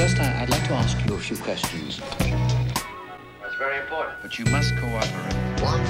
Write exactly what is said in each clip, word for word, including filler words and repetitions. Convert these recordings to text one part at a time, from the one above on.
First, I'd like to ask you a few questions. That's very important. But you must cooperate. One,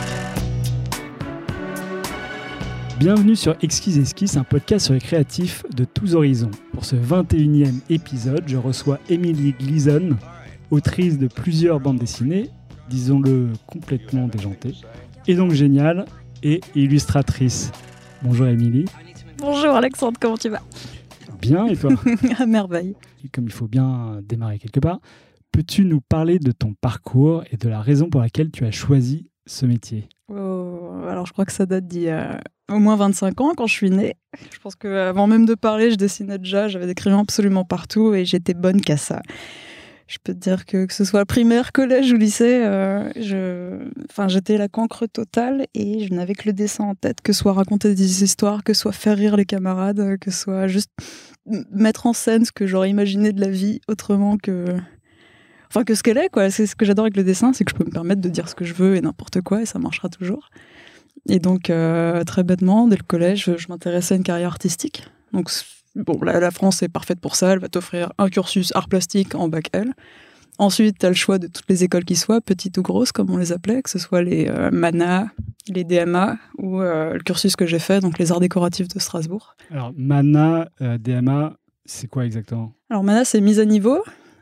Bienvenue sur Exquise Esquisse, un podcast sur les créatifs de tous horizons. Pour ce vingt et unième épisode, je reçois Émilie Gleason, autrice de plusieurs bandes dessinées, disons-le complètement déjantées, et donc géniale, et illustratrice. Bonjour Émilie. Bonjour Alexandre, comment tu vas ? Bien, et toi ? À merveille. Et comme il faut bien démarrer quelque part, peux-tu nous parler de ton parcours et de la raison pour laquelle tu as choisi ce métier ? Oh, alors je crois que ça date d'il y a au moins vingt-cinq ans, quand je suis née. Je pense qu'avant même de parler, je dessinais déjà, j'avais des crayons absolument partout et j'étais bonne qu'à ça. Je peux te dire que que ce soit primaire, collège ou lycée, euh, je... enfin, j'étais la cancre totale et je n'avais que le dessin en tête, que ce soit raconter des histoires, que ce soit faire rire les camarades, que ce soit juste mettre en scène ce que j'aurais imaginé de la vie autrement que... Enfin, que ce qu'elle est, quoi. C'est ce que j'adore avec le dessin, c'est que je peux me permettre de dire ce que je veux et n'importe quoi et ça marchera toujours. Et donc, euh, très bêtement, dès le collège, je, je m'intéressais à une carrière artistique. Donc, bon, la, la France est parfaite pour ça. Elle va t'offrir un cursus art plastique en bac L. Ensuite, tu as le choix de toutes les écoles qui soient, petites ou grosses, comme on les appelait, que ce soit les euh, MANA, les D M A ou euh, le cursus que j'ai fait, donc les arts décoratifs de Strasbourg. Alors, MANA, euh, D M A, c'est quoi exactement ? Alors, MANA, c'est mise à niveau,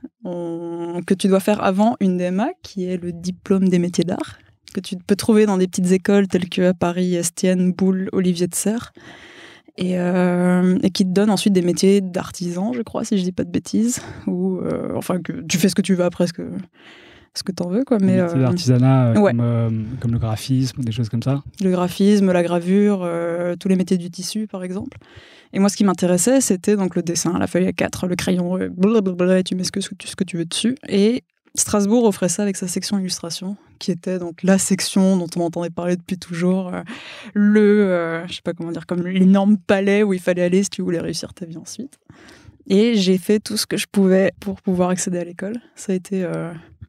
on... que tu dois faire avant une D M A, qui est le diplôme des métiers d'art, que tu peux trouver dans des petites écoles telles que à Paris, Estienne, Boulle, Olivier de Serres, et, euh, et qui te donne ensuite des métiers d'artisan, je crois, si je dis pas de bêtises, ou euh, enfin que tu fais ce que tu veux après, ce que ce que t'en veux, quoi. Mais métiers euh, d'artisanat, euh, ouais. comme, euh, comme le graphisme, des choses comme ça. Le graphisme, la gravure, euh, tous les métiers du tissu, par exemple. Et moi, ce qui m'intéressait, c'était donc le dessin, la feuille A quatre, le crayon, euh, blablabla, et tu mets ce que, ce que tu veux dessus. Et Strasbourg offrait ça avec sa section illustration, qui était donc la section dont on entendait parler depuis toujours, euh, le, euh, je sais pas comment dire, comme l'énorme palais où il fallait aller si tu voulais réussir ta vie ensuite. Et j'ai fait tout ce que je pouvais pour pouvoir accéder à l'école. Ça a été euh,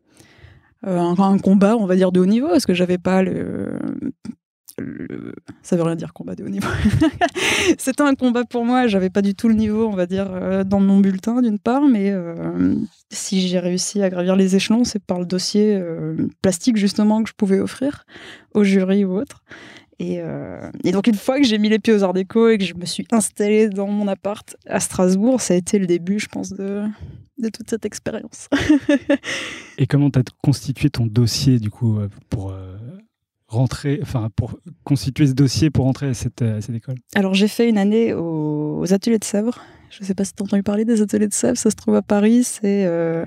euh, un, un combat, on va dire, de haut niveau, parce que j'avais pas le... Le... ça veut rien dire combat de haut niveau. C'était un combat pour moi, j'avais pas du tout le niveau, on va dire, euh, dans mon bulletin d'une part, mais euh, si j'ai réussi à gravir les échelons, c'est par le dossier euh, plastique justement que je pouvais offrir au jury ou autre. Et, euh, et donc une fois que j'ai mis les pieds aux arts déco et que je me suis installée dans mon appart à Strasbourg, ça a été le début, je pense, de, de toute cette expérience. Et comment tu as constitué ton dossier du coup pour euh... rentrer, enfin pour constituer ce dossier pour rentrer à cette, à cette école? Alors j'ai fait une année aux, aux ateliers de Sèvres. Je ne sais pas si tu as entendu parler des ateliers de Sèvres, ça se trouve à Paris. C'est euh...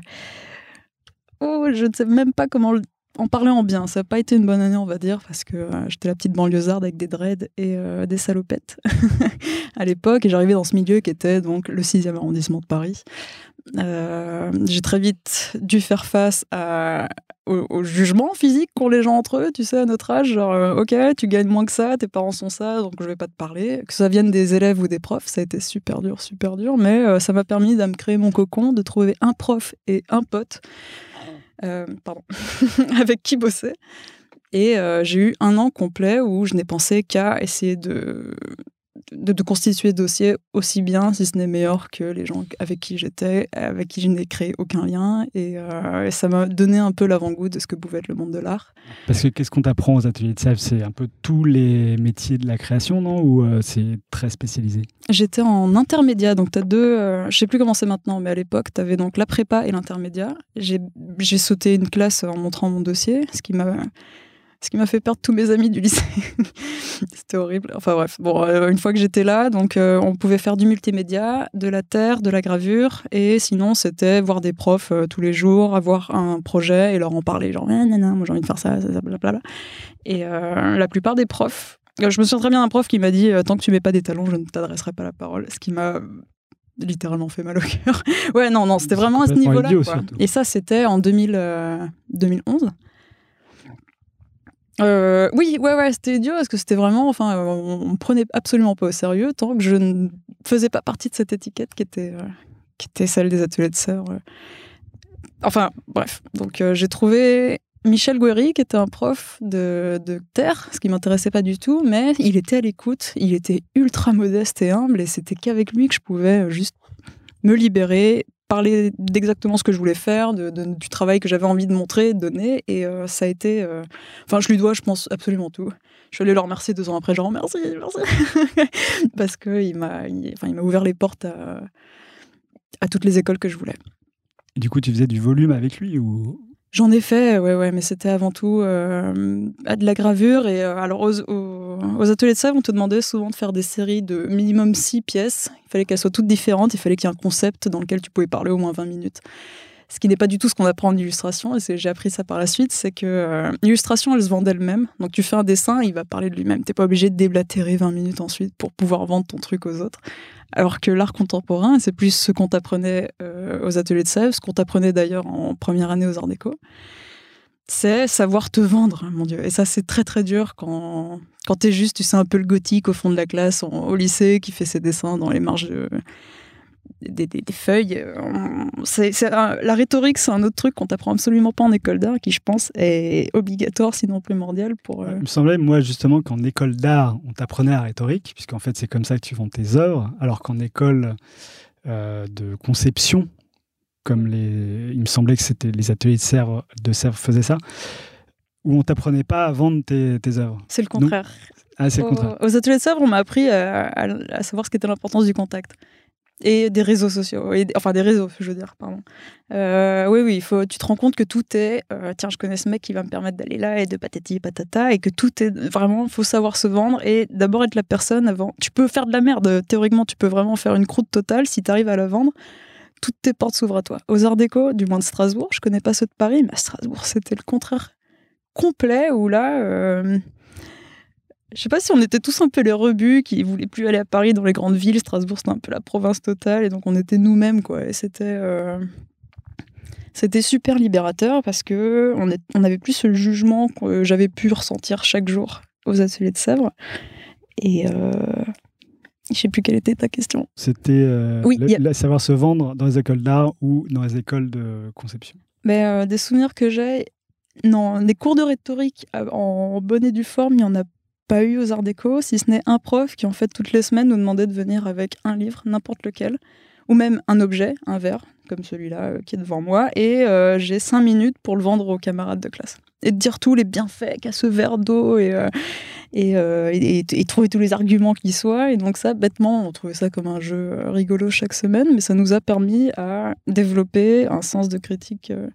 oh, je ne sais même pas comment en parler en bien. Ça n'a pas été une bonne année, on va dire, parce que euh, j'étais la petite banlieusarde avec des dreads et euh, des salopettes à l'époque, et j'arrivais dans ce milieu qui était donc le sixième arrondissement de Paris. Euh, j'ai très vite dû faire face à, au, au jugement physique qu'ont les gens entre eux, tu sais, à notre âge, genre euh, ok, tu gagnes moins que ça, tes parents sont ça, donc je vais pas te parler. Que ça vienne des élèves ou des profs, ça a été super dur, super dur, mais euh, ça m'a permis de me créer mon cocon, de trouver un prof et un pote, euh, pardon, avec qui bosser. Et euh, j'ai eu un an complet où je n'ai pensé qu'à essayer de... De, de constituer ce dossier aussi bien, si ce n'est meilleur, que les gens avec qui j'étais, avec qui je n'ai créé aucun lien. Et, euh, et ça m'a donné un peu l'avant-goût de ce que pouvait être le monde de l'art. Parce que qu'est-ce qu'on t'apprend aux ateliers de Sèvres ? C'est un peu tous les métiers de la création, non ? Ou euh, c'est très spécialisé ? J'étais en intermédiaire, donc tu as deux... Euh, je ne sais plus comment c'est maintenant, mais à l'époque, tu avais donc la prépa et l'intermédiaire. J'ai, j'ai sauté une classe en montrant mon dossier, ce qui m'a... Ce qui m'a fait perdre tous mes amis du lycée. C'était horrible. Enfin bref, bon, euh, une fois que j'étais là, donc euh, on pouvait faire du multimédia, de la terre, de la gravure, et sinon c'était voir des profs euh, tous les jours, avoir un projet et leur en parler, genre eh, nanana, moi j'ai envie de faire ça, ça, ça blablabla. Et euh, la plupart des profs, euh, je me souviens très bien d'un prof qui m'a dit euh, tant que tu mets pas des talons, je ne t'adresserai pas la parole, ce qui m'a littéralement fait mal au cœur. Ouais, non, non, c'était C'est vraiment à ce niveau-là. idiot, Quoi. Et ça, c'était en deux mille, euh, deux mille onze. Euh, oui, ouais, ouais, c'était idiot parce que c'était vraiment, enfin, euh, on me prenait absolument pas au sérieux tant que je ne faisais pas partie de cette étiquette qui était, euh, qui était celle des ateliers de Sèvres. Enfin, bref. Donc, euh, j'ai trouvé Michel Guéry, qui était un prof de, de terre, ce qui m'intéressait pas du tout, mais il était à l'écoute, il était ultra modeste et humble, et c'était qu'avec lui que je pouvais juste me libérer, parler d'exactement ce que je voulais faire, de, de, du travail que j'avais envie de montrer, de donner. Et euh, ça a été... Enfin, euh... je lui dois, je pense, absolument tout. Je suis allée le remercier deux ans après, genre merci, merci. Parce qu'il m'a, il, enfin, il m'a ouvert les portes à, à toutes les écoles que je voulais. Et du coup, tu faisais du volume avec lui ou... J'en ai fait, ouais, ouais, mais c'était avant tout euh, de la gravure. Et euh, alors, aux, aux, aux ateliers de sève, on te demandait souvent de faire des séries de minimum six pièces. Il fallait qu'elles soient toutes différentes. Il fallait qu'il y ait un concept dans lequel tu pouvais parler au moins vingt minutes. Ce qui n'est pas du tout ce qu'on apprend en illustration. Et c'est, j'ai appris ça par la suite. C'est que euh, l'illustration, elle se vend d'elle-même. Donc, tu fais un dessin, il va parler de lui-même. T'es pas obligé de déblatérer vingt minutes ensuite pour pouvoir vendre ton truc aux autres. Alors que l'art contemporain, c'est plus ce qu'on t'apprenait euh, aux ateliers de sève, ce qu'on t'apprenait d'ailleurs en première année aux Arts Déco, c'est savoir te vendre, mon Dieu. Et ça, c'est très très dur quand, quand t'es juste, tu sais, un peu le gothique au fond de la classe, en, au lycée, qui fait ses dessins dans les marges de, des, des, des feuilles. C'est, c'est un, la rhétorique, c'est un autre truc qu'on t'apprend absolument pas en école d'art, qui, je pense, est obligatoire, sinon primordial pour... Euh... Il me semblait, moi, justement, qu'en école d'art, on t'apprenait la rhétorique, puisqu'en fait, c'est comme ça que tu vends tes œuvres, alors qu'en école euh, de conception, comme les... il me semblait que c'était les ateliers de Sèvres, de Sèvres faisaient ça, où on t'apprenait pas à vendre tes, tes œuvres. C'est le contraire. Donc... Ah, c'est le Au, contraire. Aux ateliers de Sèvres, on m'a appris à, à, à savoir ce qu'était l'importance du contact. Et des réseaux sociaux, et, enfin des réseaux, je veux dire, pardon. Euh, oui, oui, il faut, tu te rends compte que tout est, euh, tiens, je connais ce mec qui va me permettre d'aller là, et de patati patata, et que tout est vraiment, il faut savoir se vendre, et d'abord être la personne avant. Tu peux faire de la merde, théoriquement, tu peux vraiment faire une croûte totale, si tu arrives à la vendre, toutes tes portes s'ouvrent à toi. Aux Arts Déco, du moins de Strasbourg, je connais pas ceux de Paris, mais à Strasbourg, c'était le contraire complet, où là... Euh, Je sais pas si on était tous un peu les rebuts qui voulaient plus aller à Paris dans les grandes villes. Strasbourg, c'était un peu la province totale. Et donc, on était nous-mêmes, quoi. Et c'était, euh... c'était super libérateur parce que on, est... on avait plus ce jugement que j'avais pu ressentir chaque jour aux ateliers de Sèvres. Et euh... je sais plus quelle était ta question. C'était euh, oui, le, a... le savoir se vendre dans les écoles d'art ou dans les écoles de conception. Mais, euh, des souvenirs que j'ai... Non, des cours de rhétorique en bonne et due forme, il y en a pas eu aux Arts Déco, si ce n'est un prof qui, en fait, toutes les semaines, nous demandait de venir avec un livre, n'importe lequel, ou même un objet, un verre, comme celui-là euh, qui est devant moi, et euh, j'ai cinq minutes pour le vendre aux camarades de classe. Et de dire tous les bienfaits qu'a ce verre d'eau, et, euh, et, euh, et, et, et trouver tous les arguments qui soient. Et donc ça, bêtement, on trouvait ça comme un jeu rigolo chaque semaine, mais ça nous a permis à développer un sens de critique... Euh,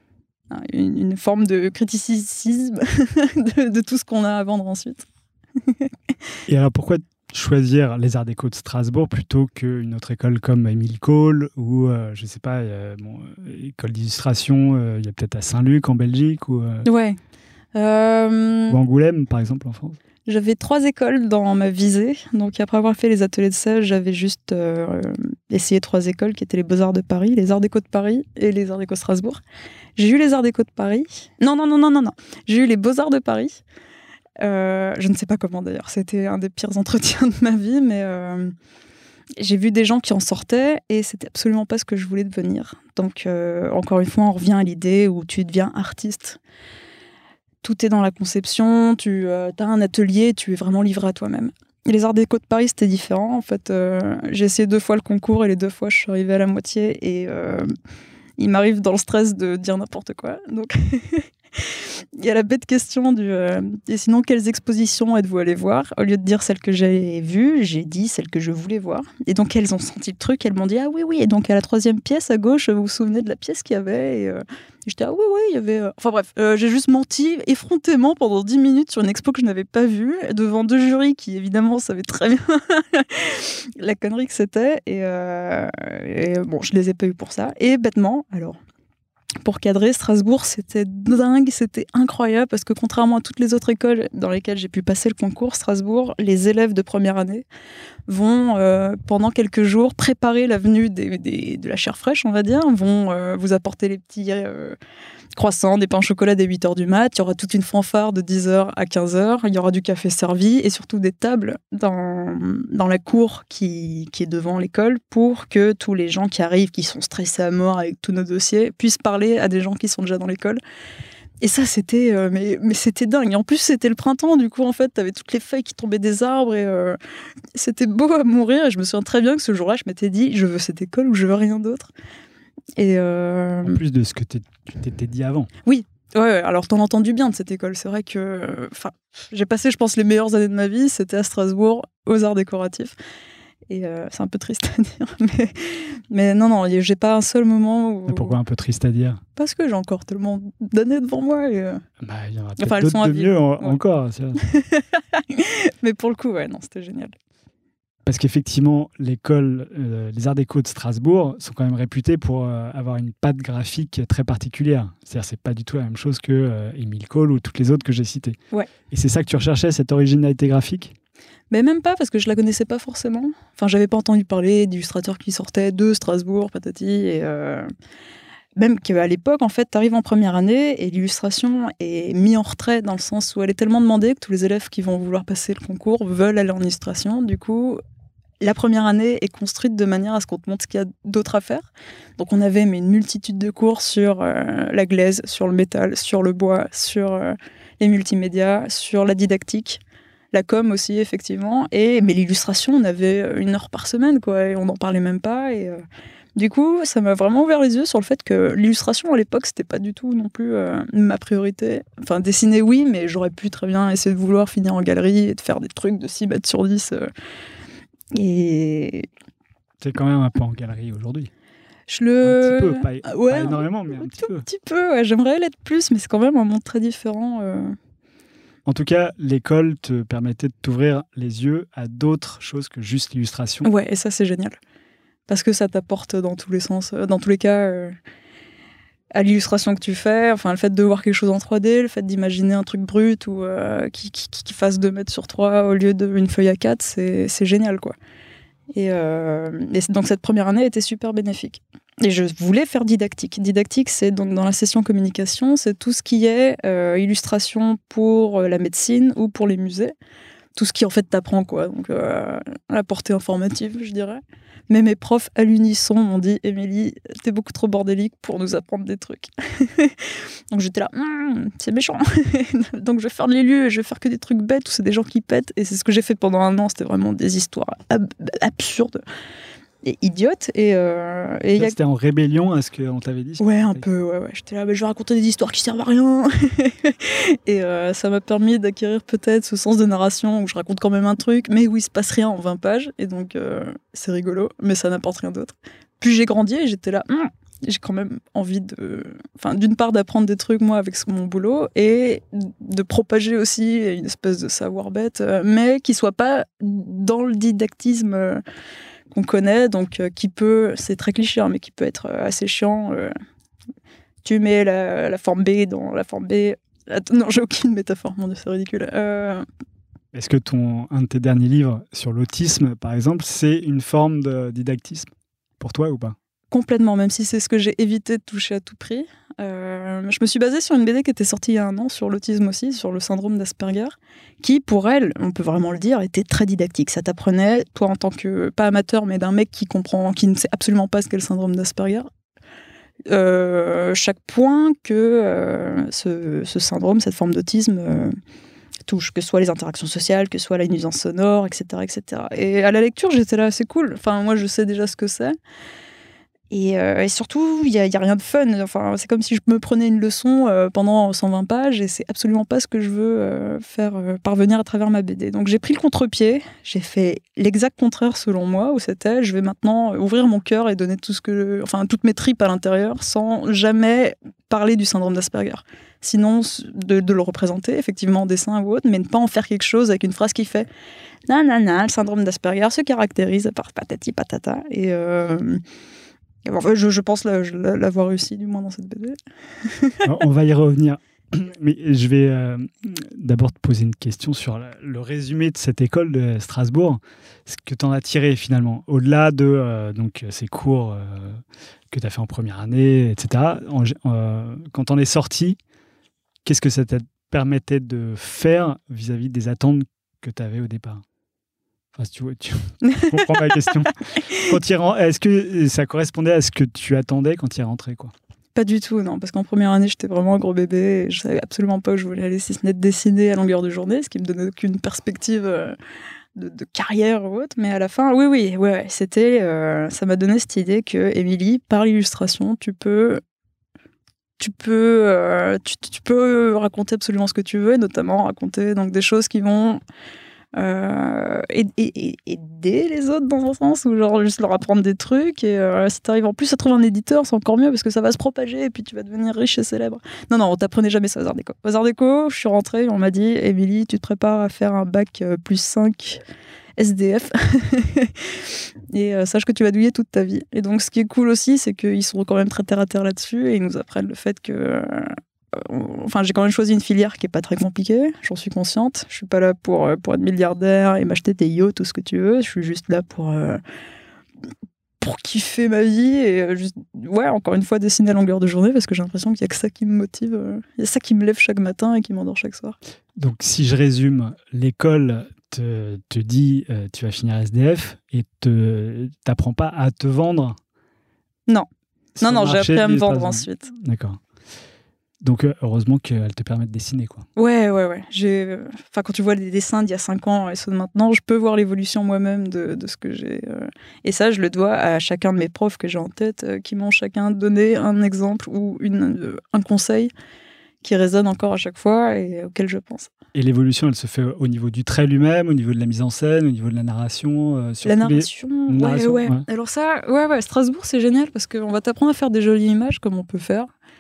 une, une forme de criticisme de, de tout ce qu'on a à vendre ensuite. Et alors pourquoi choisir les Arts Déco de Strasbourg plutôt qu'une autre école comme Émile Cole ou euh, je sais pas, euh, bon, école d'illustration, il euh, y a peut-être à Saint-Luc en Belgique ou, euh, ouais. euh... ou Angoulême par exemple en France. J'avais trois écoles dans ma visée. Donc, après avoir fait les ateliers de sève, j'avais juste euh, essayé trois écoles qui étaient les Beaux-Arts de Paris, les Arts Déco de Paris et les Arts Déco Strasbourg. J'ai eu les Arts Déco de Paris. Non, non, non, non, non, non. J'ai eu les Beaux-Arts de Paris. Euh, je ne sais pas comment d'ailleurs. C'était un des pires entretiens de ma vie, mais euh, j'ai vu des gens qui en sortaient et c'était absolument pas ce que je voulais devenir. Donc, euh, encore une fois, on revient à l'idée où tu deviens artiste. Tout est dans la conception, tu euh, as un atelier, tu es vraiment livré à toi-même. Et les Arts Déco de Paris, c'était différent. En fait, euh, j'ai essayé deux fois le concours et les deux fois, je suis arrivée à la moitié. Et euh, il m'arrive dans le stress de dire n'importe quoi. Donc, il y a la bête question du euh, « Et sinon, quelles expositions êtes-vous allés voir ?» Au lieu de dire celles que j'ai vues, j'ai dit celles que je voulais voir. Et donc, elles ont senti le truc, elles m'ont dit « Ah oui, oui !» Et donc, à la troisième pièce, à gauche, vous vous souvenez de la pièce qu'il y avait et, euh, et j'étais « Ah oui, oui, il y avait... » Enfin bref, euh, j'ai juste menti effrontément pendant dix minutes sur une expo que je n'avais pas vue, devant deux jurys qui, évidemment, savaient très bien la connerie que c'était. Et, euh, et bon, je les ai pas eu pour ça. Et bêtement, alors... Pour cadrer, Strasbourg, c'était dingue, c'était incroyable, parce que contrairement à toutes les autres écoles dans lesquelles j'ai pu passer le concours, Strasbourg, les élèves de première année vont, euh, pendant quelques jours, préparer la venue des, des, de la chair fraîche, on va dire, vont euh, vous apporter les petits euh, croissants, des pains au chocolat dès huit heures du mat', il y aura toute une fanfare de dix heures à quinze heures, il y aura du café servi, et surtout des tables dans, dans la cour qui, qui est devant l'école, pour que tous les gens qui arrivent, qui sont stressés à mort avec tous nos dossiers, puissent parler à des gens qui sont déjà dans l'école. Et ça, c'était, euh, mais, mais c'était dingue. Et en plus, c'était le printemps, du coup, en fait, t'avais toutes les feuilles qui tombaient des arbres et euh, c'était beau à mourir. Et je me souviens très bien que ce jour-là, je m'étais dit, je veux cette école ou je veux rien d'autre. Et euh... En plus de ce que tu t'étais dit avant. Oui. Ouais, ouais, alors t'en as entendu bien de cette école. C'est vrai que enfin, j'ai passé, je pense, les meilleures années de ma vie. C'était à Strasbourg, aux arts décoratifs. Et euh, c'est un peu triste à dire. Mais, mais non, non, j'ai pas un seul moment où... Et pourquoi un peu triste à dire? Parce que j'ai encore tellement d'années devant moi. Et, euh... bah, il y en aura peut-être enfin, d'autres de mieux en, ouais. encore. Mais pour le coup, ouais, non, c'était génial. Parce qu'effectivement, l'école, euh, les Arts Déco de Strasbourg sont quand même réputés pour euh, avoir une patte graphique très particulière. C'est-à-dire c'est pas du tout la même chose que euh, Émile Cole ou toutes les autres que j'ai citées. Ouais. Et c'est ça que tu recherchais, cette originalité graphique? Mais même pas, parce que je la connaissais pas forcément. Enfin, j'avais pas entendu parler d'illustrateurs qui sortaient de Strasbourg, patati, et... Euh... Même qu'à l'époque, en fait, tu arrives en première année et l'illustration est mise en retrait dans le sens où elle est tellement demandée que tous les élèves qui vont vouloir passer le concours veulent aller en illustration. Du coup, la première année est construite de manière à ce qu'on te montre ce qu'il y a d'autre à faire. Donc on avait mais, une multitude de cours sur euh, la glaise, sur le métal, sur le bois, sur euh, les multimédias, sur la didactique, la com aussi, effectivement. Et, mais l'illustration, on avait une heure par semaine, quoi, et on n'en parlait même pas. Et... Euh, Du coup, ça m'a vraiment ouvert les yeux sur le fait que l'illustration, à l'époque, c'était pas du tout non plus euh, ma priorité. Enfin, dessiner, oui, mais j'aurais pu très bien essayer de vouloir finir en galerie et de faire des trucs de six mètres sur dix. Euh, et... C'est quand même un peu en galerie aujourd'hui. Je le... Un petit peu, pas, ouais, pas énormément, mais un, un petit tout peu. Un petit peu, ouais, j'aimerais l'être plus, mais c'est quand même un monde très différent. Euh... En tout cas, l'école te permettait de t'ouvrir les yeux à d'autres choses que juste l'illustration. Ouais, et ça, c'est génial. Parce que ça t'apporte dans tous les sens, dans tous les cas, euh, à l'illustration que tu fais, enfin le fait de voir quelque chose en trois D, le fait d'imaginer un truc brut ou euh, qui, qui, qui fasse deux mètres sur trois au lieu d'une feuille à quatre, c'est, c'est génial, quoi. Et, euh, et donc cette première année était super bénéfique. Et je voulais faire didactique. Didactique, c'est donc dans la session communication, c'est tout ce qui est euh, illustration pour la médecine ou pour les musées. Tout ce qui en fait t'apprend, quoi. Donc euh, la portée informative, je dirais. Mais mes profs à l'unisson m'ont dit « Émilie, t'es beaucoup trop bordélique pour nous apprendre des trucs. » Donc j'étais là mmm, « C'est méchant. » Donc je vais faire de l'élu et je vais faire que des trucs bêtes où c'est des gens qui pètent. Et c'est ce que j'ai fait pendant un an. C'était vraiment des histoires ab- absurdes et idiotes. Et, euh, et Là, a... C'était en rébellion à ce qu'on t'avait dit? Ouais, un peu. Ouais, ouais. J'étais là, mais je vais raconter des histoires qui servent à rien. Et euh, ça m'a permis d'acquérir peut-être ce sens de narration où je raconte quand même un truc, mais où il se passe rien en vingt pages. Et donc, euh, c'est rigolo, mais ça n'apporte rien d'autre. Puis j'ai grandi et j'étais là, hm, j'ai quand même envie de... Enfin, d'une part, d'apprendre des trucs, moi, avec mon boulot, et de propager aussi une espèce de savoir bête, mais qui soit pas dans le didactisme... Euh, qu'on connaît, donc euh, qui peut, c'est très cliché, hein, mais qui peut être euh, assez chiant. Euh, tu mets la, la forme B dans la forme B. Attends, non, j'ai aucune métaphore, mon Dieu, c'est ridicule. Euh... Est-ce que ton, un de tes derniers livres sur l'autisme, par exemple, c'est une forme de didactisme pour toi ou pas? Complètement, même si c'est ce que j'ai évité de toucher à tout prix. Euh, je me suis basée sur une B D qui était sortie il y a un an sur l'autisme aussi, sur le syndrome d'Asperger, qui pour elle, on peut vraiment le dire, était très didactique. Ça t'apprenait, toi en tant que, pas amateur, mais d'un mec qui comprend, qui ne sait absolument pas ce qu'est le syndrome d'Asperger, euh, chaque point que euh, ce, ce syndrome, cette forme d'autisme euh, touche, que ce soit les interactions sociales, que ce soit la nuisance sonore, et cetera, et cetera. Et à la lecture, j'étais là, c'est cool. Enfin, moi, je sais déjà ce que c'est. Et, euh, et surtout, il n'y a, a rien de fun. Enfin, c'est comme si je me prenais une leçon euh, pendant cent vingt pages et c'est absolument pas ce que je veux euh, faire euh, parvenir à travers ma B D. Donc j'ai pris le contre-pied, j'ai fait l'exact contraire selon moi, où c'était je vais maintenant ouvrir mon cœur et donner tout ce que, enfin, toutes mes tripes à l'intérieur sans jamais parler du syndrome d'Asperger. Sinon, de, de le représenter effectivement en dessin ou autre, mais ne pas en faire quelque chose avec une phrase qui fait « nanana, le syndrome d'Asperger se caractérise par patati patata » et... Euh, Enfin, je, je pense la, l'avoir réussi, du moins dans cette B D. On va y revenir. Mais je vais euh, d'abord te poser une question sur la, le résumé de cette école de Strasbourg. Ce que tu en as tiré finalement, au-delà de euh, donc, ces cours euh, que tu as fait en première année, et cetera. En, euh, quand tu en es sorti, qu'est-ce que ça te permettait de faire vis-à-vis des attentes que tu avais au départ? Enfin, si tu, vois, tu comprends ma question. Quand tu es, est-ce que ça correspondait à ce que tu attendais quand tu y es rentré, quoi? Pas du tout, non. Parce qu'en première année, j'étais vraiment un gros bébé. Et je savais absolument pas où je voulais aller, si ce n'est de dessiner à longueur de journée, ce qui me donnait aucune perspective de, de carrière ou autre, mais à la fin, oui, oui, ouais, c'était, euh, ça m'a donné cette idée que, Émilie, par l'illustration, tu peux, tu peux, euh, tu, tu peux raconter absolument ce que tu veux, et notamment raconter donc des choses qui vont euh, aider, aider les autres dans un sens, ou genre juste leur apprendre des trucs. Et euh, si tu arrives en plus à trouver un éditeur, c'est encore mieux parce que ça va se propager et puis tu vas devenir riche et célèbre. Non, non, on t'apprenait jamais ça aux Arts Déco. Aux Arts Déco, je suis rentrée et on m'a dit, Émilie, tu te prépares à faire un bac euh, plus cinq S D F et euh, sache que tu vas douiller toute ta vie. Et donc ce qui est cool aussi, c'est qu'ils sont quand même très terre à terre là-dessus et ils nous apprennent le fait que euh, enfin j'ai quand même choisi une filière qui est pas très compliquée, j'en suis consciente. Je suis pas là pour, pour être milliardaire et m'acheter des yachts, tout ce que tu veux. Je suis juste là pour euh, pour kiffer ma vie et juste, ouais, encore une fois dessiner à longueur de journée parce que j'ai l'impression qu'il y a que ça qui me motive, il y a ça qui me lève chaque matin et qui m'endort chaque soir. Donc si je résume, l'école te, te dit euh, tu vas finir S D F et te t'apprends pas à te vendre. Non, non, non, j'ai appris à me vendre ensuite. D'accord. Donc heureusement qu'elle te permet de dessiner, quoi. Ouais, ouais, ouais. J'ai, enfin, quand tu vois les dessins d'il y a cinq ans et ceux de maintenant, je peux voir l'évolution moi-même de, de ce que j'ai. Euh... Et ça, je le dois à chacun de mes profs que j'ai en tête, euh, qui m'ont chacun donné un exemple ou une, euh, un conseil qui résonne encore à chaque fois et auquel je pense. Et l'évolution, elle se fait au niveau du trait lui-même, au niveau de la mise en scène, au niveau de la narration euh, La narration, les... ouais, narration ouais, ouais. Alors ça, ouais, ouais, Strasbourg, c'est génial parce qu'on va t'apprendre à faire des jolies images comme on peut faire.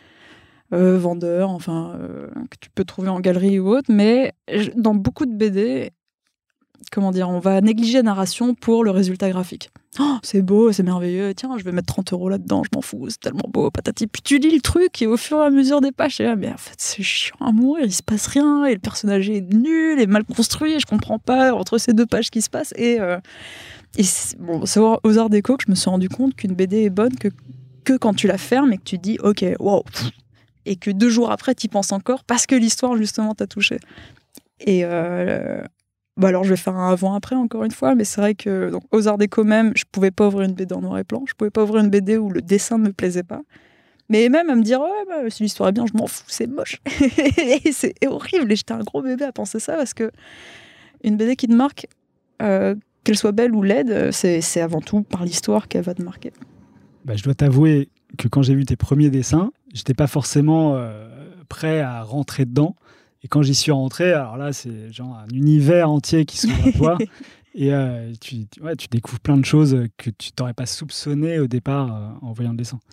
Euh, vendeur, enfin, euh, que tu peux trouver en galerie ou autre, mais dans beaucoup de B D, comment dire, on va négliger la narration pour le résultat graphique. Oh, c'est beau, c'est merveilleux, tiens, je vais mettre trente euros là-dedans, je m'en fous, c'est tellement beau, patati. Puis tu lis le truc et au fur et à mesure des pages, là, mais en fait, c'est chiant à mourir, il se passe rien, et le personnage est nul, et mal construit, et je comprends pas entre ces deux pages qui se passent. Et, euh, et c'est, bon, c'est aux Arts Déco que je me suis rendu compte qu'une B D est bonne que, que quand tu la fermes et que tu dis, ok, wow, et que deux jours après, tu y penses encore parce que l'histoire, justement, t'a touché. Et euh, bah alors, je vais faire un avant-après, encore une fois, mais c'est vrai que donc, aux Arts Déco même, je pouvais pas ouvrir une B D en noir et blanc, je pouvais pas ouvrir une B D où le dessin ne me plaisait pas. Mais même à me dire, ouais, bah, si l'histoire est bien, je m'en fous, c'est moche. Et c'est horrible, et j'étais un gros bébé à penser ça, parce que une B D qui te marque, euh, qu'elle soit belle ou laide, c'est, c'est avant tout par l'histoire qu'elle va te marquer. Bah, je dois t'avouer que quand j'ai vu tes premiers dessins, j'étais pas forcément euh, prêt à rentrer dedans. Et quand j'y suis rentré, alors là, c'est genre un univers entier qui s'ouvre à toi. Et euh, tu, tu, ouais, tu découvres plein de choses que tu t'aurais pas soupçonné au départ euh, en voyant le dessin.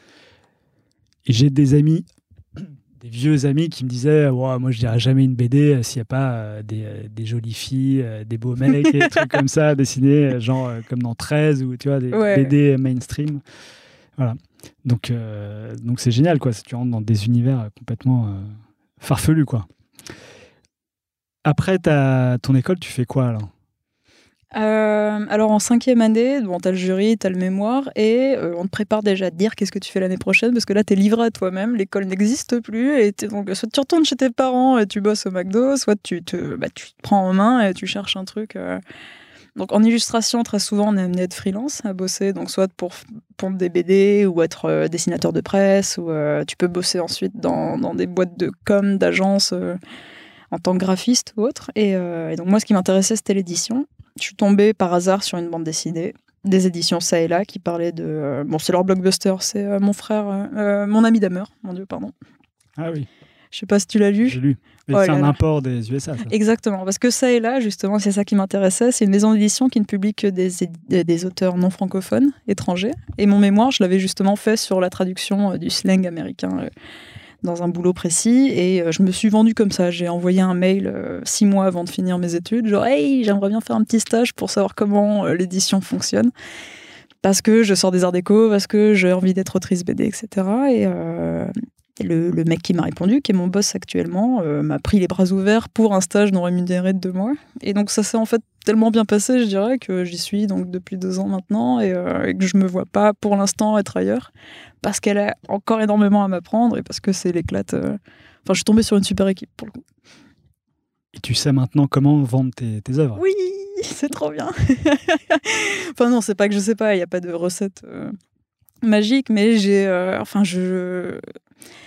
Et j'ai des amis, des vieux amis qui me disaient wow, « Moi, je dirais jamais une B D s'il n'y a pas euh, des, euh, des jolies filles, euh, des beaux mecs, et des trucs comme ça, dessinés, genre euh, comme dans treize, ou tu vois, des ouais. B D mainstream. » Voilà. Donc, euh, donc c'est génial, quoi. Si tu rentres dans des univers complètement euh, farfelus, quoi. Après ta, ton école, tu fais quoi, alors euh, Alors, en cinquième année, bon, t'as le jury, t'as le mémoire, et euh, on te prépare déjà à te dire qu'est-ce que tu fais l'année prochaine, parce que là, t'es livré à toi-même, l'école n'existe plus, et donc, soit tu retournes chez tes parents et tu bosses au McDo, soit tu te, bah, tu te prends en main et tu cherches un truc... Euh, Donc en illustration, très souvent, on est amené à être freelance, à bosser, donc soit pour pondre des B D ou être euh, dessinateur de presse, ou euh, tu peux bosser ensuite dans, dans des boîtes de com, d'agence, euh, en tant que graphiste ou autre. Et, euh, et donc moi, ce qui m'intéressait, c'était l'édition. Je suis tombée par hasard sur une bande dessinée, des éditions ça et là, qui parlaient de... Euh, bon, c'est leur blockbuster, c'est euh, mon frère, euh, mon ami Damer, mon Dieu, pardon. Ah oui. Je sais pas si tu l'as lu. J'ai lu. Mais oh c'est un là. import des U S A. Ça. Exactement, parce que ça et là, justement, c'est ça qui m'intéressait. C'est une maison d'édition qui ne publie que des, des, des auteurs non francophones, étrangers. Et mon mémoire, je l'avais justement fait sur la traduction euh, du slang américain euh, dans un boulot précis. Et euh, je me suis vendue comme ça. J'ai envoyé un mail euh, six mois avant de finir mes études. Genre, hey, j'aimerais bien faire un petit stage pour savoir comment euh, l'édition fonctionne. Parce que je sors des Arts Déco, parce que j'ai envie d'être autrice B D, et cetera. Et... Euh, Et le, le mec qui m'a répondu, qui est mon boss actuellement, euh, m'a pris les bras ouverts pour un stage non rémunéré de deux mois. Et donc ça s'est en fait tellement bien passé, je dirais, que j'y suis donc depuis deux ans maintenant et, euh, et que je me vois pas pour l'instant être ailleurs parce qu'elle a encore énormément à m'apprendre et parce que c'est l'éclate. Euh... Enfin, je suis tombée sur une super équipe pour le coup. Et tu sais maintenant comment vendre tes, tes œuvres. Oui, c'est trop bien. Enfin non, c'est pas que je sais pas, il n'y a pas de recette euh, magique, mais j'ai... Euh, enfin, je...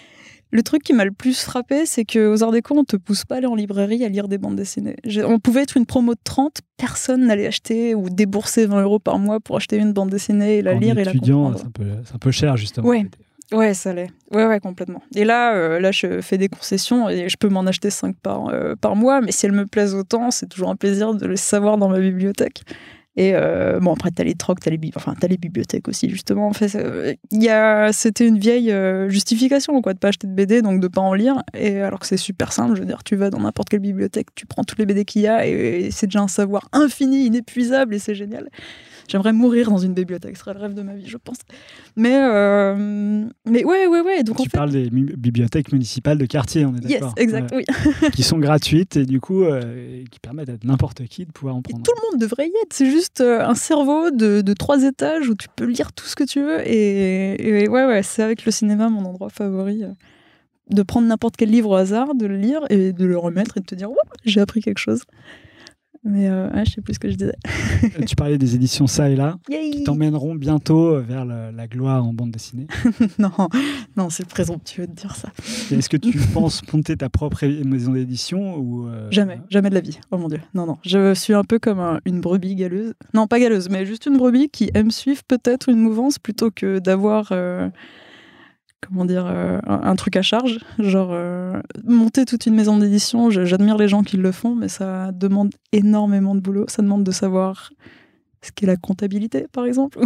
Le truc qui m'a le plus frappé, c'est qu'aux Arts Déco, on te pousse pas à aller en librairie à lire des bandes dessinées. J'ai- On pouvait être une promo de trente, personne n'allait acheter ou débourser vingt euros par mois pour acheter une bande dessinée et la En lire et la étudiant, comprendre. c'est un peu, c'est un peu cher, justement. Ouais. Ouais, ça l'est. Ouais, ouais, complètement. Et là, euh, là, je fais des concessions et je peux m'en acheter cinq par, euh, par mois, mais si elles me plaisent autant, c'est toujours un plaisir de les savoir dans ma bibliothèque. Et euh, bon, après, t'as les trocs, t'as les, bi- enfin, t'as les bibliothèques aussi, justement. En fait, euh, il y a... c'était une vieille euh, justification, quoi, de pas acheter de B D, donc de pas en lire. Et alors que c'est super simple, je veux dire, tu vas dans n'importe quelle bibliothèque, tu prends tous les B D qu'il y a, et, et c'est déjà un savoir infini, inépuisable, et c'est génial. J'aimerais mourir dans une bibliothèque, ce serait le rêve de ma vie, je pense. Mais, euh, mais ouais, ouais, ouais. Donc Tu en fait, parles des mi- bibliothèques municipales de quartier, on est yes, d'accord. exact, Ouais. oui. Qui sont gratuites et du coup, euh, qui permettent à n'importe qui de pouvoir en Et prendre. tout le monde devrait y être. C'est juste euh, un cerveau de, de trois étages où tu peux lire tout ce que tu veux. Et, et ouais, ouais, c'est avec le cinéma mon endroit favori. euh, de prendre n'importe quel livre au hasard, de le lire et de le remettre et de te dire, Ouah, j'ai appris quelque chose. Mais euh, ouais, je sais plus ce que je disais. Euh, Tu parlais des éditions Ça et Là, Yay qui t'emmèneront bientôt vers la, la gloire en bande dessinée. non, non, c'est présomptueux de dire ça. Et Est-ce que tu penses monter ta propre é- maison d'édition ou euh, Jamais, jamais de la vie. Oh mon Dieu. Non, non. Je suis un peu comme un- une brebis galeuse. Non, pas galeuse, mais juste une brebis qui aime suivre peut-être une mouvance plutôt que d'avoir, euh, comment dire, euh, un, un truc à charge. Genre, euh, monter toute une maison d'édition, je- j'admire les gens qui le font, mais ça demande énormément de boulot. Ça demande de savoir ce qu'est la comptabilité, par exemple.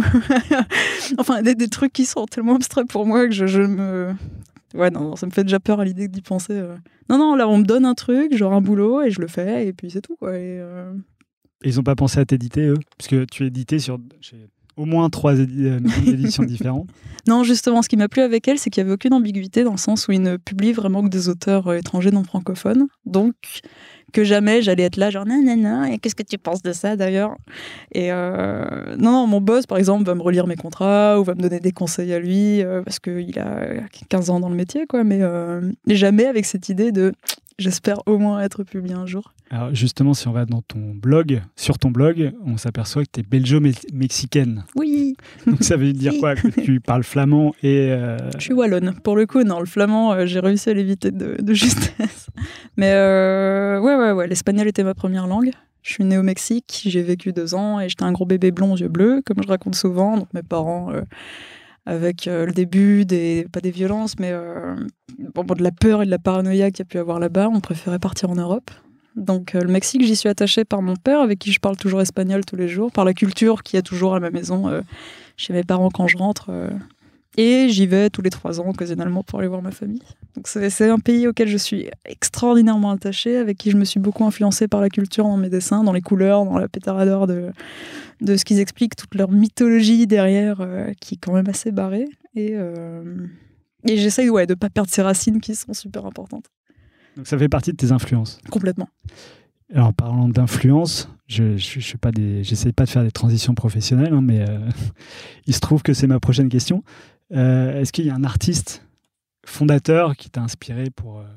Enfin, des, des trucs qui sont tellement abstraits pour moi que je, je me... Ouais, non, non, ça me fait déjà peur à l'idée d'y penser. euh. Non, non, là, on me donne un truc, genre un boulot, et je le fais, et puis c'est tout, quoi. Et, euh, Ils n'ont pas pensé à t'éditer, eux? Parce que tu es édité sur chez au moins trois édi- euh, maisons d'édition différentes. Non, justement, ce qui m'a plu avec elle, c'est qu'il n'y avait aucune ambiguïté dans le sens où ils ne publient vraiment que des auteurs euh, étrangers non francophones. Donc, que jamais j'allais être là, genre, non, non, non, et qu'est-ce que tu penses de ça d'ailleurs? Et euh, non, non, mon boss, par exemple, va me relire mes contrats ou va me donner des conseils à lui euh, parce qu'il a quinze ans dans le métier, quoi. Mais euh, jamais avec cette idée de j'espère au moins être publié un jour. Alors justement, si on va dans ton blog, sur ton blog, on s'aperçoit que tu es belgeo-mexicaine. Oui, Donc ça veut dire Si. quoi? Que tu parles flamand et... euh, je suis wallonne. Pour le coup, non, le flamand, euh, j'ai réussi à l'éviter de, de justesse. Mais euh, ouais, ouais, ouais, l'espagnol était ma première langue. Je suis née au Mexique, j'ai vécu deux ans et j'étais un gros bébé blond aux yeux bleus, comme je raconte souvent. Donc mes parents, euh, avec euh, le début, des, pas des violences, mais euh, bon, bon, de la peur et de la paranoïa qu'il y a pu avoir là-bas, on préférait partir en Europe. Donc euh, le Mexique, j'y suis attachée par mon père, avec qui je parle toujours espagnol tous les jours, par la culture qu'il y a toujours à ma maison, euh, chez mes parents quand je rentre. euh, et j'y vais tous les trois ans, occasionnellement, pour aller voir ma famille. Donc c'est, c'est un pays auquel je suis extraordinairement attachée, avec qui je me suis beaucoup influencée par la culture dans mes dessins, dans les couleurs, dans la pétaradeur de, de ce qu'ils expliquent, toute leur mythologie derrière, euh, qui est quand même assez barrée. Et, euh, et j'essaye ouais, de ne pas perdre ces racines qui sont super importantes. Donc ça fait partie de tes influences. Complètement. Alors, en parlant d'influence, je je, je, pas des, j'essaye pas de faire des transitions professionnelles, hein, mais euh, il se trouve que c'est ma prochaine question. Euh, est-ce qu'il y a un artiste fondateur qui t'a inspiré pour euh,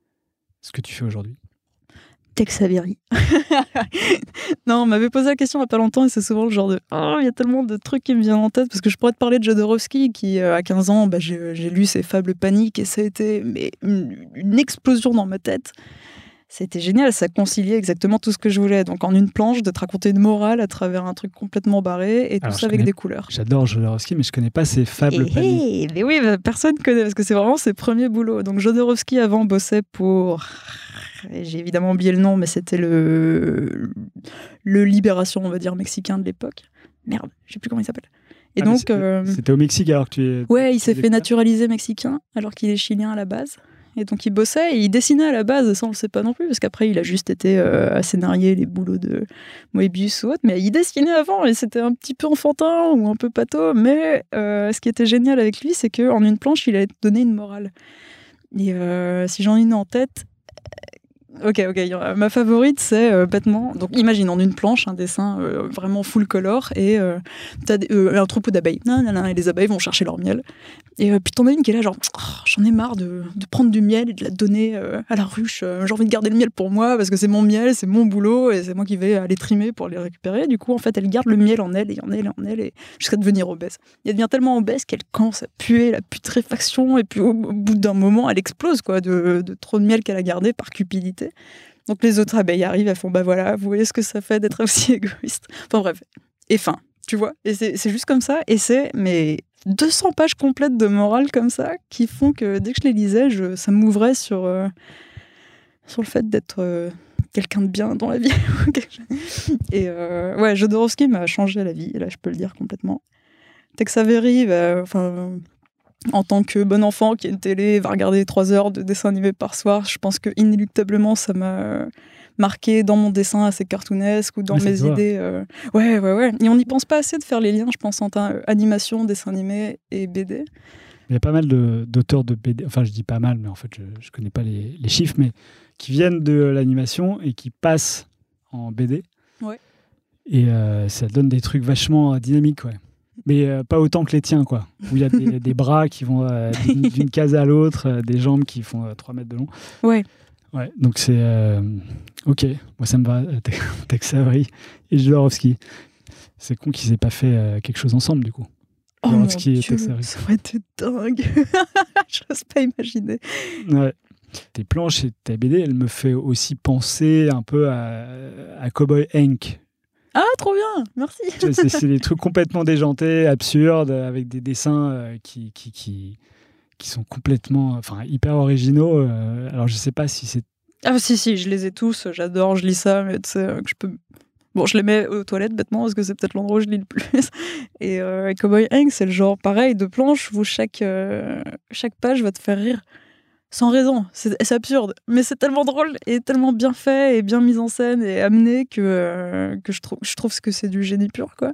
ce que tu fais aujourd'hui? Tex Avery. Non, on m'avait posé la question il n'y a pas longtemps et c'est souvent le genre de « Oh, il y a tellement de trucs qui me viennent en tête » parce que je pourrais te parler de Jodorowsky qui, euh, à quinze ans, bah, j'ai, j'ai lu ses Fables paniques et ça a été mais, une, une explosion dans ma tête. C'était génial, ça conciliait exactement tout ce que je voulais. Donc en une planche, de te raconter une morale à travers un truc complètement barré et tout Alors, je ça avec connais- des couleurs. J'adore Jodorowsky, mais je connais pas ses fables Eh, paniques. eh, mais oui, bah, personne connaît parce que c'est vraiment ses premiers boulots. Donc Jodorowsky avant bossait pour, j'ai évidemment oublié le nom, mais c'était le le Libération, on va dire mexicain de l'époque. Merde, je sais plus comment il s'appelle. Et Ah, mais donc, c'est- euh, C'était au Mexique alors que tu es... ouais, il s'est tu es fait découvert naturaliser mexicain alors qu'il est chilien à la base. Et donc il bossait et il dessinait à la base, ça on le sait pas non plus, parce qu'après il a juste été euh, à scénarier les boulots de Moebius ou autre, mais il dessinait avant et c'était un petit peu enfantin ou un peu pâteau, mais euh, ce qui était génial avec lui, c'est qu'en une planche, il allait te donner une morale. Et euh, si j'en ai une en tête, ok, ok, il y en a- ma favorite c'est euh, bêtement, donc imagine en une planche un dessin euh, vraiment full color et euh, t'as des- euh, un troupeau d'abeilles, non, non, non, et les abeilles vont chercher leur miel. Et euh, puis t'en as une qui est là genre, oh, j'en ai marre de, de prendre du miel et de la donner euh, à la ruche. Euh, j'ai envie de garder le miel pour moi parce que c'est mon miel, c'est mon boulot et c'est moi qui vais aller trimer pour les récupérer. Du coup, en fait, elle garde le miel en elle et en elle et en elle et jusqu'à devenir obèse. Elle devient tellement obèse qu'elle commence à puer la putréfaction et puis au, au bout d'un moment, elle explose quoi, de, de trop de miel qu'elle a gardé par cupidité. Donc les autres abeilles arrivent, elles font bah voilà, vous voyez ce que ça fait d'être aussi égoïste. Enfin bref, et fin, tu vois. Et c'est, c'est juste comme ça, et c'est mais deux cents pages complètes de morale comme ça qui font que dès que je les lisais, je, ça m'ouvrait sur, euh, sur le fait d'être euh, quelqu'un de bien dans la vie. Et euh, ouais, Jodorowsky m'a changé la vie, là je peux le dire complètement. Tex Avery, bah, enfin... en tant que bon enfant qui a une télé, va regarder trois heures de dessins animés par soir, je pense que inéluctablement ça m'a marqué dans mon dessin assez cartoonesque ou dans ouais, mes idées. Euh... Ouais, ouais, ouais. Et on n'y pense pas assez de faire les liens, je pense, entre euh, animation, dessin animé et B D. Il y a pas mal de, d'auteurs de B D, enfin je dis pas mal, mais en fait je ne connais pas les, les chiffres, mais qui viennent de l'animation et qui passent en B D. Ouais. Et euh, ça donne des trucs vachement euh, dynamiques, ouais. Mais euh, pas autant que les tiens, quoi. Où il y a des, des bras qui vont euh, d'une, d'une case à l'autre, euh, des jambes qui font euh, trois mètres de long. Ouais. Ouais, donc c'est... Euh, ok, moi ça me va, euh, Tex Avery et Jodorowsky. C'est con qu'ils aient pas fait euh, quelque chose ensemble, du coup. Oh mon Jodorowsky et Dieu, Tex Avery. ça aurait été dingue. Je n'ose pas imaginer. Ouais. Tes planches et ta B D, elle me fait aussi penser un peu à, à Cowboy Hank. Ah, trop bien, merci. C'est, c'est des trucs complètement déjantés, absurdes, avec des dessins euh, qui, qui, qui, qui sont complètement, enfin, hyper originaux. Euh, alors, je sais pas si c'est... Ah si, si, je les ai tous, j'adore, je lis ça, mais tu sais, euh, que je peux... Bon, je les mets aux toilettes bêtement, parce que c'est peut-être l'endroit où je lis le plus. Et euh, Cowboy Hank, c'est le genre pareil de planche où chaque, euh, chaque page va te faire rire. Sans raison, c'est, c'est absurde, mais c'est tellement drôle et tellement bien fait et bien mis en scène et amené que, euh, que je, trouve, je trouve que c'est du génie pur, quoi.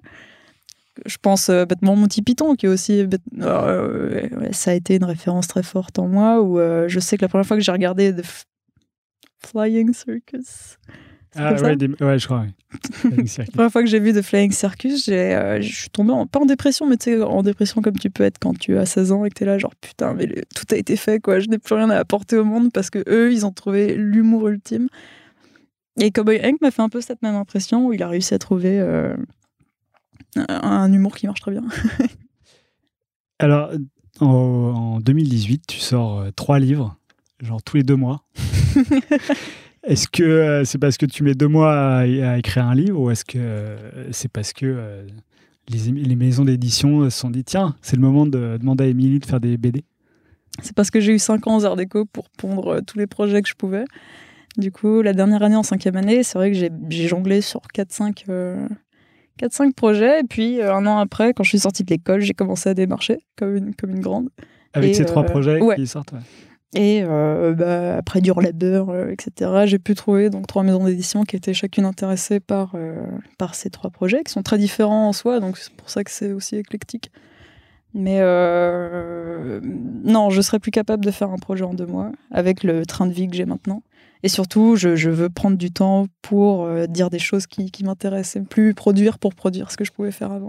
Je pense euh, bêtement Monty Python, qui est aussi... Bête... Euh, ouais, ça a été une référence très forte en moi, où euh, je sais que la première fois que j'ai regardé The F- Flying Circus... C'est Ah comme ouais, ça des... ouais, je crois, oui. La première fois que j'ai vu The Flying Circus, j'ai, euh, je suis tombée, en, pas en dépression, mais tu sais, en dépression comme tu peux être quand tu as seize ans et que t'es là, genre putain, mais le, tout a été fait, quoi. Je n'ai plus rien à apporter au monde parce que eux, ils ont trouvé l'humour ultime. Et Cowboy Hank m'a fait un peu cette même impression où il a réussi à trouver euh, un, un humour qui marche très bien. Alors, en, en deux mille dix-huit, tu sors euh, trois livres, genre tous les deux mois. Est-ce que euh, c'est parce que tu mets deux mois à, à écrire un livre ou est-ce que euh, c'est parce que euh, les, les maisons d'édition se sont dit tiens, c'est le moment de demander à Émilie de faire des B D? C'est parce que j'ai eu cinq ans aux Arts Déco pour pondre euh, tous les projets que je pouvais. Du coup, la dernière année, en cinquième année, c'est vrai que j'ai, j'ai jonglé sur quatre cinq euh, projets. Et puis, euh, un an après, quand je suis sortie de l'école, j'ai commencé à démarcher comme une, comme une grande. Avec et, ces trois euh, projets ouais. qui sortent, ouais. Et euh, bah, après dur labeur, euh, et cetera, j'ai pu trouver donc trois maisons d'édition qui étaient chacune intéressées par, euh, par ces trois projets, qui sont très différents en soi, donc c'est pour ça que c'est aussi éclectique. Mais euh, non, je serais plus capable de faire un projet en deux mois, avec le train de vie que j'ai maintenant. Et surtout, je, je veux prendre du temps pour euh, dire des choses qui, qui m'intéressent, et plus produire pour produire ce que je pouvais faire avant.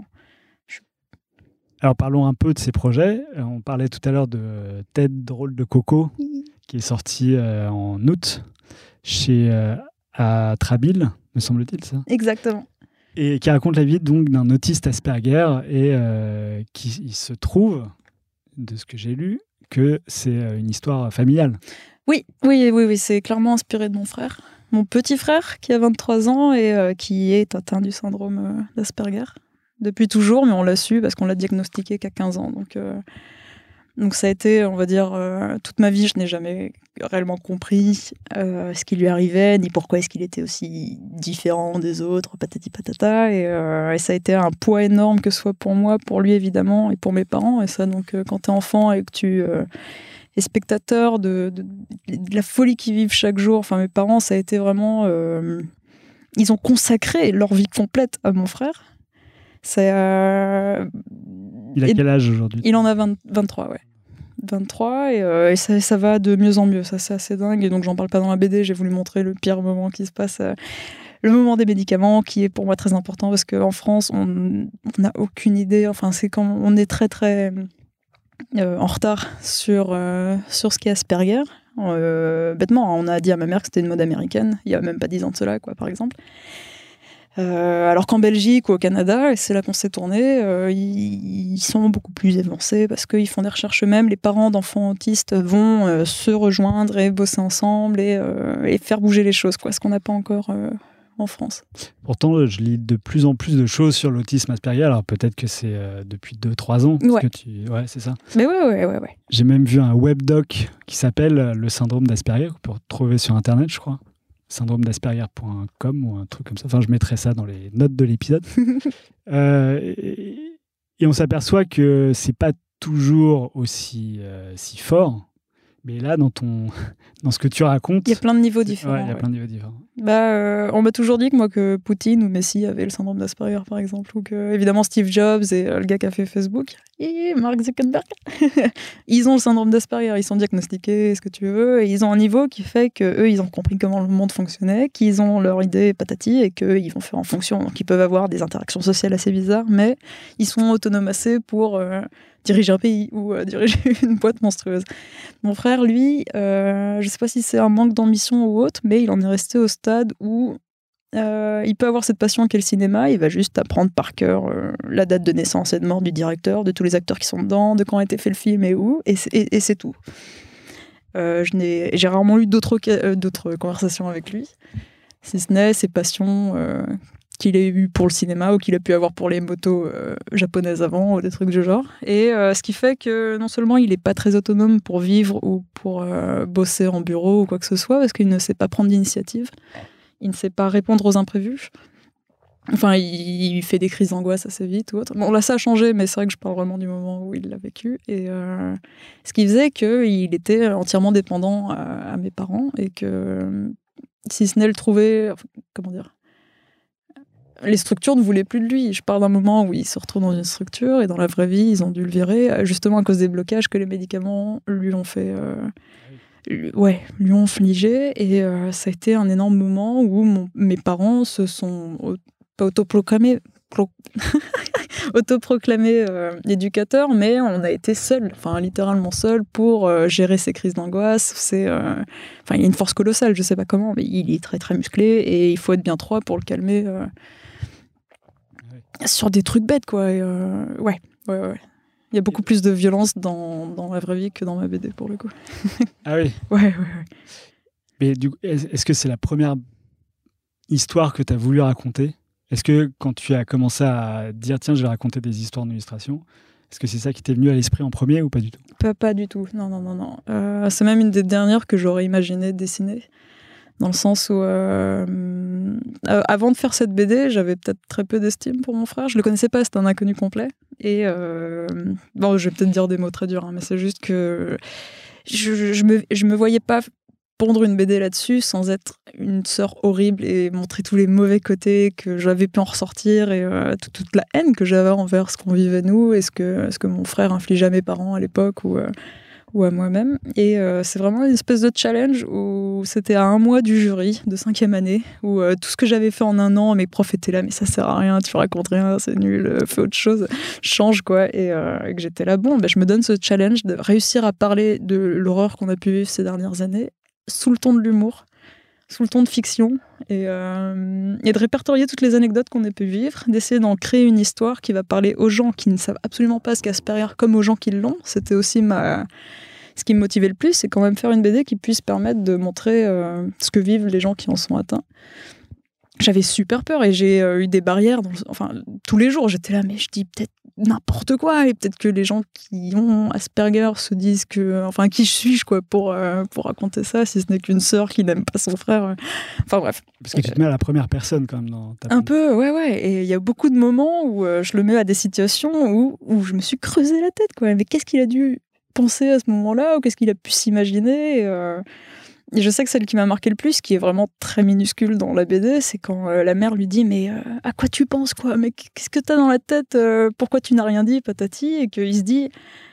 Alors parlons un peu de ces projets. On parlait tout à l'heure de Tête drôle de Coco, qui est sorti euh, en août chez euh, Atrabile, me semble-t-il, ça. Exactement. Et qui raconte la vie donc d'un autiste Asperger et euh, qui il se trouve, de ce que j'ai lu, que c'est une histoire familiale. Oui, oui, oui, oui, c'est clairement inspiré de mon frère, mon petit frère qui a vingt-trois ans et euh, qui est atteint du syndrome euh, d'Asperger. Depuis toujours, mais on l'a su parce qu'on l'a diagnostiqué qu'à quinze ans. Donc, euh, donc ça a été, on va dire, euh, toute ma vie, je n'ai jamais réellement compris euh, ce qui lui arrivait, ni pourquoi est-ce qu'il était aussi différent des autres, patati patata. Et, euh, et ça a été un poids énorme, que ce soit pour moi, pour lui évidemment, et pour mes parents. Et ça, donc, euh, quand t'es enfant et que tu euh, es spectateur de, de, de la folie qu'ils vivent chaque jour, enfin mes parents, ça a été vraiment... Euh, ils ont consacré leur vie complète à mon frère. C'est, euh... Il a quel âge aujourd'hui ? Il en a vingt, vingt-trois, ouais. vingt-trois, et, euh, et ça, ça va de mieux en mieux. Ça, c'est assez dingue. Et donc, j'en parle pas dans la B D. J'ai voulu montrer le pire moment qui se passe. Euh, le moment des médicaments, qui est pour moi très important, parce qu'en France, on n'a aucune idée. Enfin, c'est quand on est très, très... euh, en retard sur, euh, sur ce qu'est Asperger. Euh, bêtement, on a dit à ma mère que c'était une mode américaine, il y a même pas dix ans de cela, quoi, par exemple. Euh, alors qu'en Belgique ou au Canada, et c'est là qu'on s'est tourné, euh, ils, ils sont beaucoup plus avancés parce qu'ils font des recherches eux-mêmes. Les parents d'enfants autistes vont euh, se rejoindre et bosser ensemble et, euh, et faire bouger les choses, quoi, ce qu'on n'a pas encore euh, en France. Pourtant, je lis de plus en plus de choses sur l'autisme Asperger. Alors peut-être que c'est euh, depuis deux trois ans. Ouais. Que tu... ouais, c'est ça. Mais ouais, ouais, ouais, ouais. J'ai même vu un webdoc qui s'appelle Le syndrome d'Asperger, qu'on peut retrouver sur Internet, je crois. syndrome d'asperger point com ou un truc comme ça. Enfin, je mettrai ça dans les notes de l'épisode. euh, et, et on s'aperçoit que c'est pas toujours aussi euh, si fort. Mais là, dans, ton, dans ce que tu racontes... Il y a plein de niveaux différents. Ouais, il y a ouais. plein de niveaux différents. Bah, euh, on m'a toujours dit que moi, que Poutine ou Messi avaient le syndrome d'Asperger, par exemple, ou que, évidemment, Steve Jobs et euh, le gars qui a fait Facebook, et Mark Zuckerberg, ils ont le syndrome d'Asperger, ils sont diagnostiqués, ce que tu veux, et ils ont un niveau qui fait qu'eux, ils ont compris comment le monde fonctionnait, qu'ils ont leur idée patati, et qu'ils vont faire en fonction. Donc, ils peuvent avoir des interactions sociales assez bizarres, mais ils sont autonomes assez pour... Euh, diriger un pays ou euh, diriger une boîte monstrueuse. Mon frère, lui, euh, je sais pas si c'est un manque d'ambition ou autre, mais il en est resté au stade où euh, il peut avoir cette passion qu'est le cinéma, il va juste apprendre par cœur euh, la date de naissance et de mort du directeur, de tous les acteurs qui sont dedans, de quand a été fait le film et où, et c'est, et, et c'est tout. Euh, je n'ai, j'ai rarement eu d'autres, euh, d'autres conversations avec lui, si ce n'est ses passions... Euh, qu'il ait eu pour le cinéma ou qu'il a pu avoir pour les motos euh, japonaises avant ou des trucs du genre. Et euh, ce qui fait que non seulement il n'est pas très autonome pour vivre ou pour euh, bosser en bureau ou quoi que ce soit, parce qu'il ne sait pas prendre d'initiative, il ne sait pas répondre aux imprévus. Enfin, il, il fait des crises d'angoisse assez vite ou autre. Bon, là, ça a changé, mais c'est vrai que je parle vraiment du moment où il l'a vécu. Et euh, ce qui faisait qu'il était entièrement dépendant à, à mes parents et que si ce n'est le trouver... Enfin, comment dire les structures ne voulaient plus de lui. Je parle d'un moment où il se retrouve dans une structure et dans la vraie vie, ils ont dû le virer justement à cause des blocages que les médicaments lui ont fait, euh, lui, ouais, lui ont infligé. Et euh, ça a été un énorme moment où mon, mes parents se sont pas autoproclamés, pro, autoproclamés euh, éducateurs, mais on a été seuls, enfin littéralement seuls pour euh, gérer ces crises d'angoisse. C'est, euh, enfin, il y a une force colossale, je sais pas comment, mais il est très très musclé et il faut être bien trois pour le calmer. Euh, sur des trucs bêtes, quoi. Et euh, ouais, ouais, ouais. Il y a beaucoup plus de violence dans, dans la vraie vie que dans ma B D, pour le coup. Ah oui. Ouais, ouais, ouais. Mais du coup, est-ce que c'est la première histoire que tu as voulu raconter ? Est-ce que quand tu as commencé à dire, tiens, je vais raconter des histoires d'illustration, est-ce que c'est ça qui t'est venu à l'esprit en premier ou pas du tout ? Pas, pas du tout, non, non, non, non. Euh, c'est même une des dernières que j'aurais imaginé dessiner. Dans le sens où, euh, euh, avant de faire cette B D, j'avais peut-être très peu d'estime pour mon frère. Je le connaissais pas, c'était un inconnu complet. Et euh, bon, je vais peut-être dire des mots très durs, hein, mais c'est juste que je, je, me, je me voyais pas pondre une B D là-dessus sans être une sœur horrible et montrer tous les mauvais côtés que j'avais pu en ressortir et euh, toute, toute la haine que j'avais envers ce qu'on vivait nous et ce que, ce que mon frère infligeait à mes parents à l'époque ou... Euh, ou à moi-même. Et euh, c'est vraiment une espèce de challenge où c'était à un mois du jury de cinquième année, où euh, tout ce que j'avais fait en un an, mes profs étaient là, mais ça sert à rien, tu racontes rien, c'est nul, euh, fais autre chose, change quoi. Et, euh, et que j'étais là, bon, ben, je me donne ce challenge de réussir à parler de l'horreur qu'on a pu vivre ces dernières années, sous le ton de l'humour, sous le ton de fiction, et, euh, et de répertorier toutes les anecdotes qu'on a pu vivre, d'essayer d'en créer une histoire qui va parler aux gens qui ne savent absolument pas ce qu'est Asperger, comme aux gens qui l'ont. C'était aussi ma... ce qui me motivait le plus, c'est quand même faire une B D qui puisse permettre de montrer euh, ce que vivent les gens qui en sont atteints. J'avais super peur et j'ai euh, eu des barrières. Dans le... Enfin, tous les jours, j'étais là, mais je dis peut-être n'importe quoi. Et peut-être que les gens qui ont Asperger se disent que... Enfin, qui suis-je, quoi, pour, euh, pour raconter ça, si ce n'est qu'une sœur qui n'aime pas son frère. Enfin, bref. Parce que tu te mets à la première personne, quand même, dans ta... Un peu, ouais, ouais. Et il y a beaucoup de moments où euh, je le mets à des situations où, où je me suis creusé la tête, quoi. Mais qu'est-ce qu'il a dû penser à ce moment-là, ou qu'est-ce qu'il a pu s'imaginer. Et, euh, et je sais que celle qui m'a marqué le plus, qui est vraiment très minuscule dans la B D, c'est quand euh, la mère lui dit « Mais euh, à quoi tu penses, quoi ? Mais qu'est-ce que t'as dans la tête euh, Pourquoi tu n'as rien dit, patati ?» Et qu'il se dit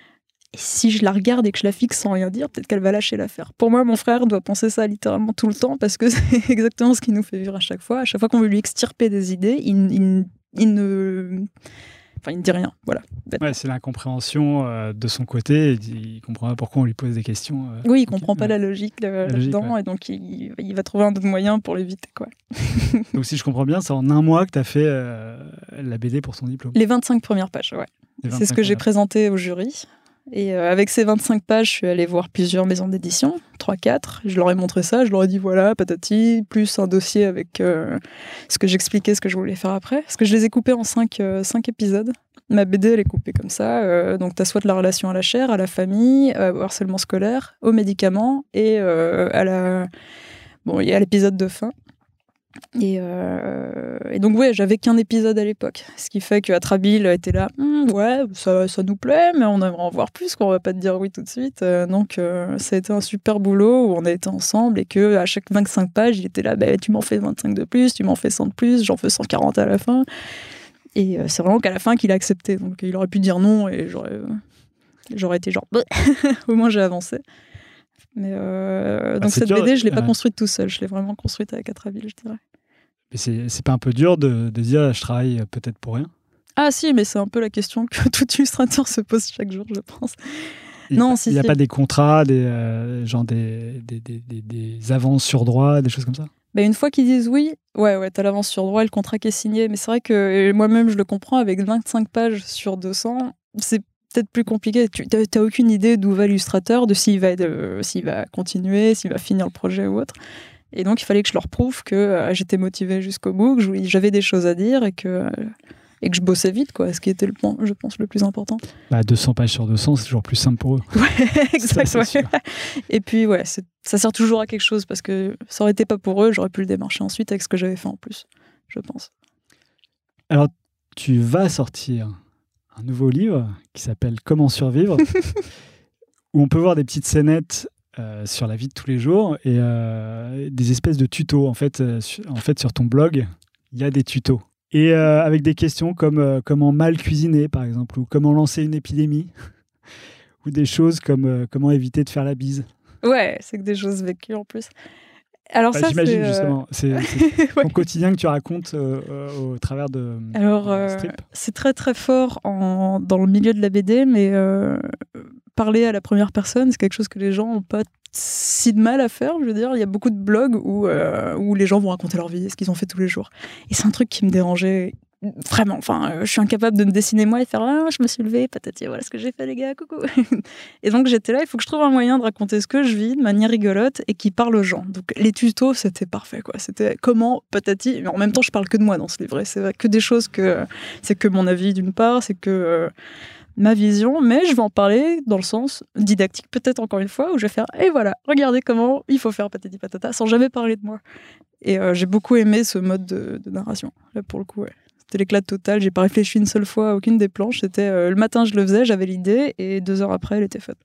« Si je la regarde et que je la fixe sans rien dire, peut-être qu'elle va lâcher l'affaire. » Pour moi, mon frère doit penser ça littéralement tout le temps, parce que c'est exactement ce qui nous fait vivre à chaque fois. À chaque fois qu'on veut lui extirper des idées, il, il, il ne... Enfin, il ne dit rien, voilà. Ouais, c'est l'incompréhension euh, de son côté. Il ne comprend pas pourquoi on lui pose des questions. Euh, oui, il ne okay. comprend pas ouais. la logique là, la là-dedans, logique, ouais. et donc il, il va trouver un autre moyen pour l'éviter, quoi. Donc si je comprends bien, c'est en un mois que tu as fait euh, la B D pour ton diplôme. Les vingt-cinq premières pages, ouais. C'est ce que j'ai présenté au jury. Et euh, avec ces vingt-cinq pages, je suis allée voir plusieurs maisons d'édition, trois quatre. Je leur ai montré ça, je leur ai dit voilà, patati, plus un dossier avec euh, ce que j'expliquais, ce que je voulais faire après. Parce que je les ai coupés en cinq épisodes. Ma B D, elle est coupée comme ça. Euh, donc, tu as soit de la relation à la chair, à la famille, euh, au harcèlement scolaire, aux médicaments et euh, à la... Bon, il y a l'épisode de fin. Et, euh, et donc ouais, j'avais qu'un épisode à l'époque, ce qui fait que Atrabil était là, hm, ouais, ça, ça nous plaît, mais on aimerait en voir plus, qu'on va pas te dire oui tout de suite. Euh, donc euh, ça a été un super boulot où on a été ensemble et que à chaque vingt-cinq pages, il était là, bah, tu m'en fais vingt-cinq de plus, tu m'en fais cent de plus, j'en fais cent quarante à la fin. Et euh, c'est vraiment qu'à la fin qu'il a accepté. Donc il aurait pu dire non et j'aurais, euh, j'aurais été genre, au moins j'ai avancé. Mais euh, donc ah, cette dur, B D, je l'ai euh... pas construite tout seul, je l'ai vraiment construite avec Atrabil, je dirais. Mais c'est, c'est pas un peu dur de, de dire je travaille peut-être pour rien? Ah si, mais c'est un peu la question que tout illustrateur se pose chaque jour, je pense. Il non, n'y a, si, il y a si. pas des contrats, des, euh, genre des, des, des, des, des avances sur droit, des choses comme ça? Bah, une fois qu'ils disent oui, ouais, ouais, t'as l'avance sur droit et le contrat qui est signé. Mais c'est vrai que moi-même, je le comprends, avec vingt-cinq pages sur deux cents, c'est peut-être plus compliqué. Tu n'as aucune idée d'où va l'illustrateur, de s'il va, euh, s'il va continuer, s'il va finir le projet ou autre. Et donc, il fallait que je leur prouve que euh, j'étais motivée jusqu'au bout, que je, j'avais des choses à dire et que, euh, et que je bossais vite, quoi, ce qui était, le point, je pense, le plus important. Bah, deux cents pages sur deux cents, c'est toujours plus simple pour eux. Ouais, exact. Ça, ouais. Et puis, ouais, c'est, ça sert toujours à quelque chose parce que ça aurait été pas pour eux, j'aurais pu le démarcher ensuite avec ce que j'avais fait en plus, je pense. Alors, tu vas sortir un nouveau livre qui s'appelle Comment survivre, où on peut voir des petites scénettes euh, sur la vie de tous les jours et euh, des espèces de tutos. En fait, euh, sur, en fait, sur ton blog, il y a des tutos. Et euh, avec des questions comme euh, comment mal cuisiner, par exemple, ou comment lancer une épidémie, ou des choses comme euh, comment éviter de faire la bise. Ouais, c'est que des choses vécues en plus. Alors bah, ça, j'imagine c'est, justement, c'est, c'est ouais. ton quotidien que tu racontes euh, euh, au travers de Alors, euh, strip. C'est très très fort en, dans le milieu de la B D, mais euh, parler à la première personne, c'est quelque chose que les gens n'ont pas si de mal à faire. Je veux dire, il y a beaucoup de blogs où, euh, où les gens vont raconter leur vie, ce qu'ils ont fait tous les jours. Et c'est un truc qui me dérangeait vraiment. Enfin, euh, je suis incapable de me dessiner moi et faire ah, je me suis levée, patati, voilà ce que j'ai fait les gars, coucou. Et donc j'étais là, il faut que je trouve un moyen de raconter ce que je vis de manière rigolote et qui parle aux gens. Donc les tutos, c'était parfait, quoi. C'était comment, patati. Mais en même temps, je parle que de moi dans ce livre. C'est vrai que des choses que c'est que mon avis d'une part, c'est que euh, ma vision, mais je vais en parler dans le sens didactique, peut-être encore une fois, où je vais faire et voilà, regardez comment il faut faire patati patata, sans jamais parler de moi. Et euh, j'ai beaucoup aimé ce mode de, de narration. Là, pour le coup, ouais. C'était l'éclat total. J'ai pas réfléchi une seule fois à aucune des planches. C'était euh, le matin, je le faisais, j'avais l'idée, et deux heures après, elle était faite.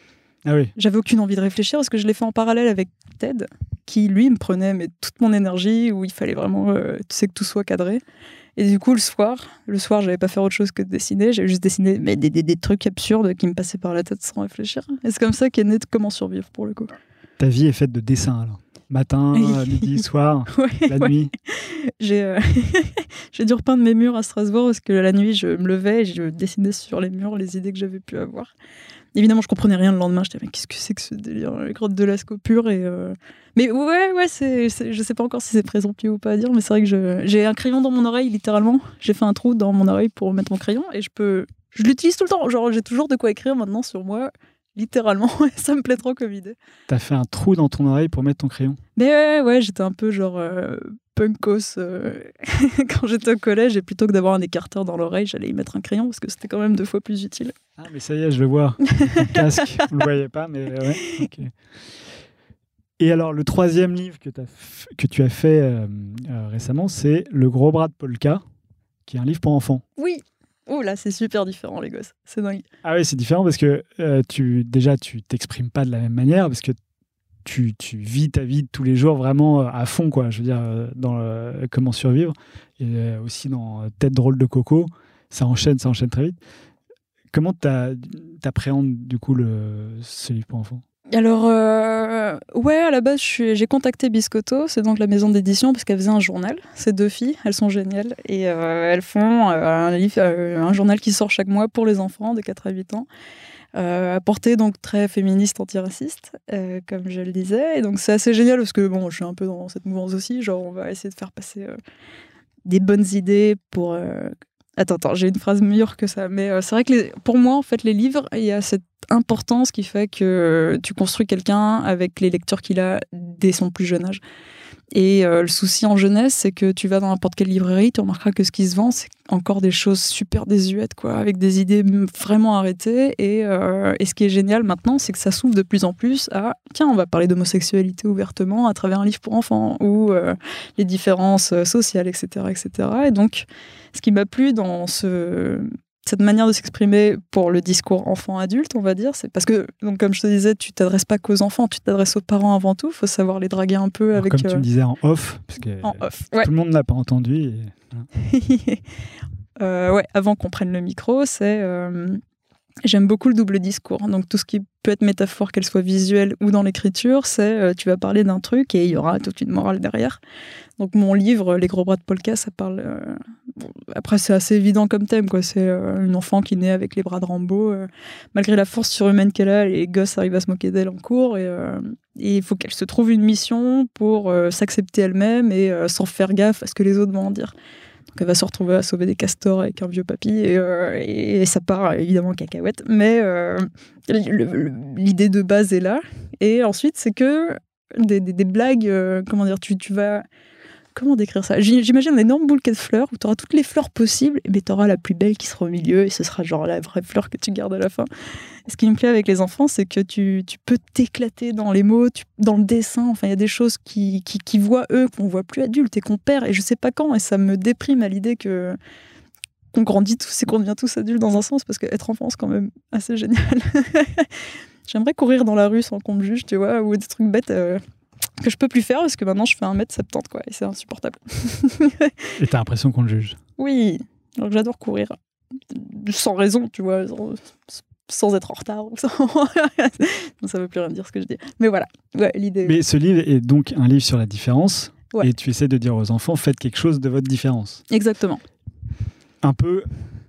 Ah oui. J'avais aucune envie de réfléchir parce que je l'ai fait en parallèle avec Ted, qui lui me prenait mais toute mon énergie, où il fallait vraiment, euh, tu sais, que tout soit cadré. Et du coup, le soir, le soir, j'avais pas fait autre chose que de dessiner. J'avais juste dessiné mais des, des, des trucs absurdes qui me passaient par la tête sans réfléchir. Et c'est comme ça qu'est né Comment survivre, pour le coup. Ta vie est faite de dessins, alors. Matin, midi, soir, ouais, la ouais. nuit. J'ai, euh, j'ai dû repeindre mes murs à Strasbourg parce que la nuit, je me levais et je dessinais sur les murs les idées que j'avais pu avoir. Évidemment, je comprenais rien le lendemain. Je disais, mais qu'est-ce que c'est que ce délire, les grottes de Lascaux pur et euh... Mais ouais, ouais, c'est, c'est, je sais pas encore si c'est présomptueux ou pas à dire, mais c'est vrai que je, j'ai un crayon dans mon oreille, littéralement. J'ai fait un trou dans mon oreille pour mettre mon crayon et je peux, je l'utilise tout le temps. Genre, j'ai toujours de quoi écrire maintenant sur moi. Littéralement, ça me plaît trop comme idée. T'as fait un trou dans ton oreille pour mettre ton crayon? Mais ouais, ouais, j'étais un peu genre euh, punkos euh, quand j'étais au collège, et plutôt que d'avoir un écarteur dans l'oreille, j'allais y mettre un crayon parce que c'était quand même deux fois plus utile. Ah, mais ça y est, je le vois. Ton casque, vous le voyez pas, mais ouais. Okay. Et alors, le troisième livre que, t'as f... que tu as fait euh, euh, récemment, c'est Le Gros Bras de Polka, qui est un livre pour enfants. Oui. Oh là, c'est super différent, les gosses. C'est dingue. Ah oui, c'est différent parce que euh, tu, déjà, tu t'exprimes pas de la même manière parce que tu, tu vis ta vie de tous les jours vraiment à fond, quoi. Je veux dire, dans le, Comment survivre et euh, aussi dans Tête drôle de coco, ça enchaîne, ça enchaîne très vite. Comment t'as, t'appréhendes du coup le, ce livre pour enfants? Alors, euh, euh, Ouais, à la base, je suis, j'ai contacté Biscotto, c'est donc la maison d'édition, parce qu'elles faisaient un journal. Ces deux filles, elles sont géniales. Et euh, elles font euh, un, livre, euh, un journal qui sort chaque mois pour les enfants de quatre à huit ans. Euh, à portée donc très féministe, antiraciste, euh, comme je le disais. Et donc c'est assez génial, parce que bon, je suis un peu dans cette mouvance aussi. Genre, on va essayer de faire passer euh, des bonnes idées pour... Euh... Attends, attends, j'ai une phrase meilleure que ça. Mais euh, c'est vrai que les, pour moi, en fait, les livres, il y a cette importance qui fait que euh, tu construis quelqu'un avec les lectures qu'il a dès son plus jeune âge. Et euh, le souci en jeunesse, c'est que tu vas dans n'importe quelle librairie, tu remarqueras que ce qui se vend, c'est encore des choses super désuètes, quoi, avec des idées vraiment arrêtées. Et, euh, et ce qui est génial maintenant, c'est que ça s'ouvre de plus en plus à « Tiens, on va parler d'homosexualité ouvertement à travers un livre pour enfants » ou euh, les différences sociales, et cetera, et cetera. Et donc, ce qui m'a plu dans ce... cette manière de s'exprimer pour le discours enfant-adulte, on va dire, c'est parce que, donc, comme je te disais, tu t'adresses pas qu'aux enfants, tu t'adresses aux parents avant tout, il faut savoir les draguer un peu. Alors, avec... Comme euh... tu me disais en off, parce que en off, tout ouais. le monde n'a pas entendu. Et... euh, ouais, avant qu'on prenne le micro, c'est... Euh... J'aime beaucoup le double discours. Donc, tout ce qui peut être métaphore, qu'elle soit visuelle ou dans l'écriture, c'est euh, tu vas parler d'un truc et il y aura toute une morale derrière. Donc, mon livre, Les gros bras de Polka, ça parle... Euh... Bon, après, c'est assez évident comme thème, quoi. C'est euh, une enfant qui naît avec les bras de Rambo. Euh, malgré la force surhumaine qu'elle a, les gosses arrivent à se moquer d'elle en cours. Et euh, il faut qu'elle se trouve une mission pour euh, s'accepter elle-même et euh, sans faire gaffe à ce que les autres vont en dire. Donc elle va se retrouver à sauver des castors avec un vieux papy et, euh, et ça part évidemment en cacahuète. Mais euh, le, le, l'idée de base est là. Et ensuite, c'est que des, des, des blagues, euh, comment dire, tu, tu vas... Comment décrire ça ? J'imagine un énorme bouquet de fleurs où tu auras toutes les fleurs possibles, mais tu auras la plus belle qui sera au milieu et ce sera genre la vraie fleur que tu gardes à la fin. Et ce qui me plaît avec les enfants, c'est que tu, tu peux t'éclater dans les mots, tu, dans le dessin. Enfin, il y a des choses qui, qui, qui voient eux, qu'on voit plus adultes et qu'on perd. Et je sais pas quand. Et ça me déprime à l'idée que qu'on grandit tous et qu'on devient tous adultes dans un sens, parce qu'être enfant, c'est quand même assez génial. J'aimerais courir dans la rue sans qu'on me juge, tu vois, ou des trucs bêtes. Euh... que je peux plus faire parce que maintenant je fais un mètre soixante-dix quoi, et c'est insupportable. Et t'as l'impression qu'on le juge ? Oui, alors j'adore courir sans raison, tu vois, sans, sans être en retard. Sans... ça veut plus rien dire ce que je dis. Mais voilà, ouais, l'idée. Mais ce livre est donc un livre sur la différence, ouais. Et tu essaies de dire aux enfants, faites quelque chose de votre différence. Exactement. Un peu...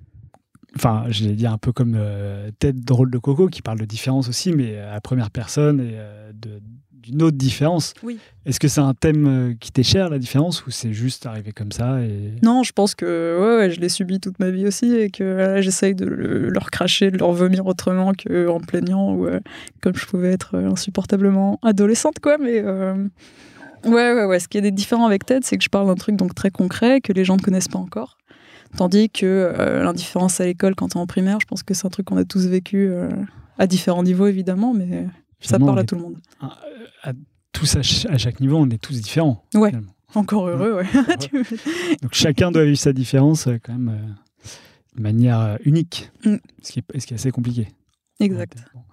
Enfin, je vais dire un peu comme euh, Tête drôle de Coco, qui parle de différence aussi, mais à la première personne et euh, de... d'une autre différence. Oui. Est-ce que c'est un thème qui t'est cher, la différence, ou c'est juste arrivé comme ça et... Non, je pense que ouais, ouais, je l'ai subi toute ma vie aussi et que là, j'essaye de le, leur cracher, de leur vomir autrement qu'en plaignant ou euh, comme je pouvais être insupportablement adolescente, quoi. Mais euh... ouais, ouais, ouais. Ce qui est différent avec Ted, c'est que je parle d'un truc donc très concret que les gens ne connaissent pas encore. Tandis que euh, l'indifférence à l'école quand t'es en primaire, je pense que c'est un truc qu'on a tous vécu euh, à différents niveaux, évidemment, mais... Ça Finalement, parle à est, tout le monde. À, à, tous à, ch- à chaque niveau, on est tous différents. Ouais, finalement. Encore heureux, ouais. Heureux. Donc chacun doit vivre sa différence euh, quand même euh, de manière euh, unique, mm. ce, qui est, ce qui est assez compliqué. Exact. Ouais, bon.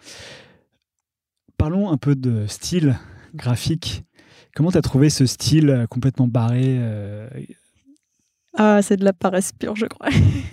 Parlons un peu de style graphique. Comment tu as trouvé ce style euh, complètement barré euh... Ah, c'est de la paresse pure, je crois.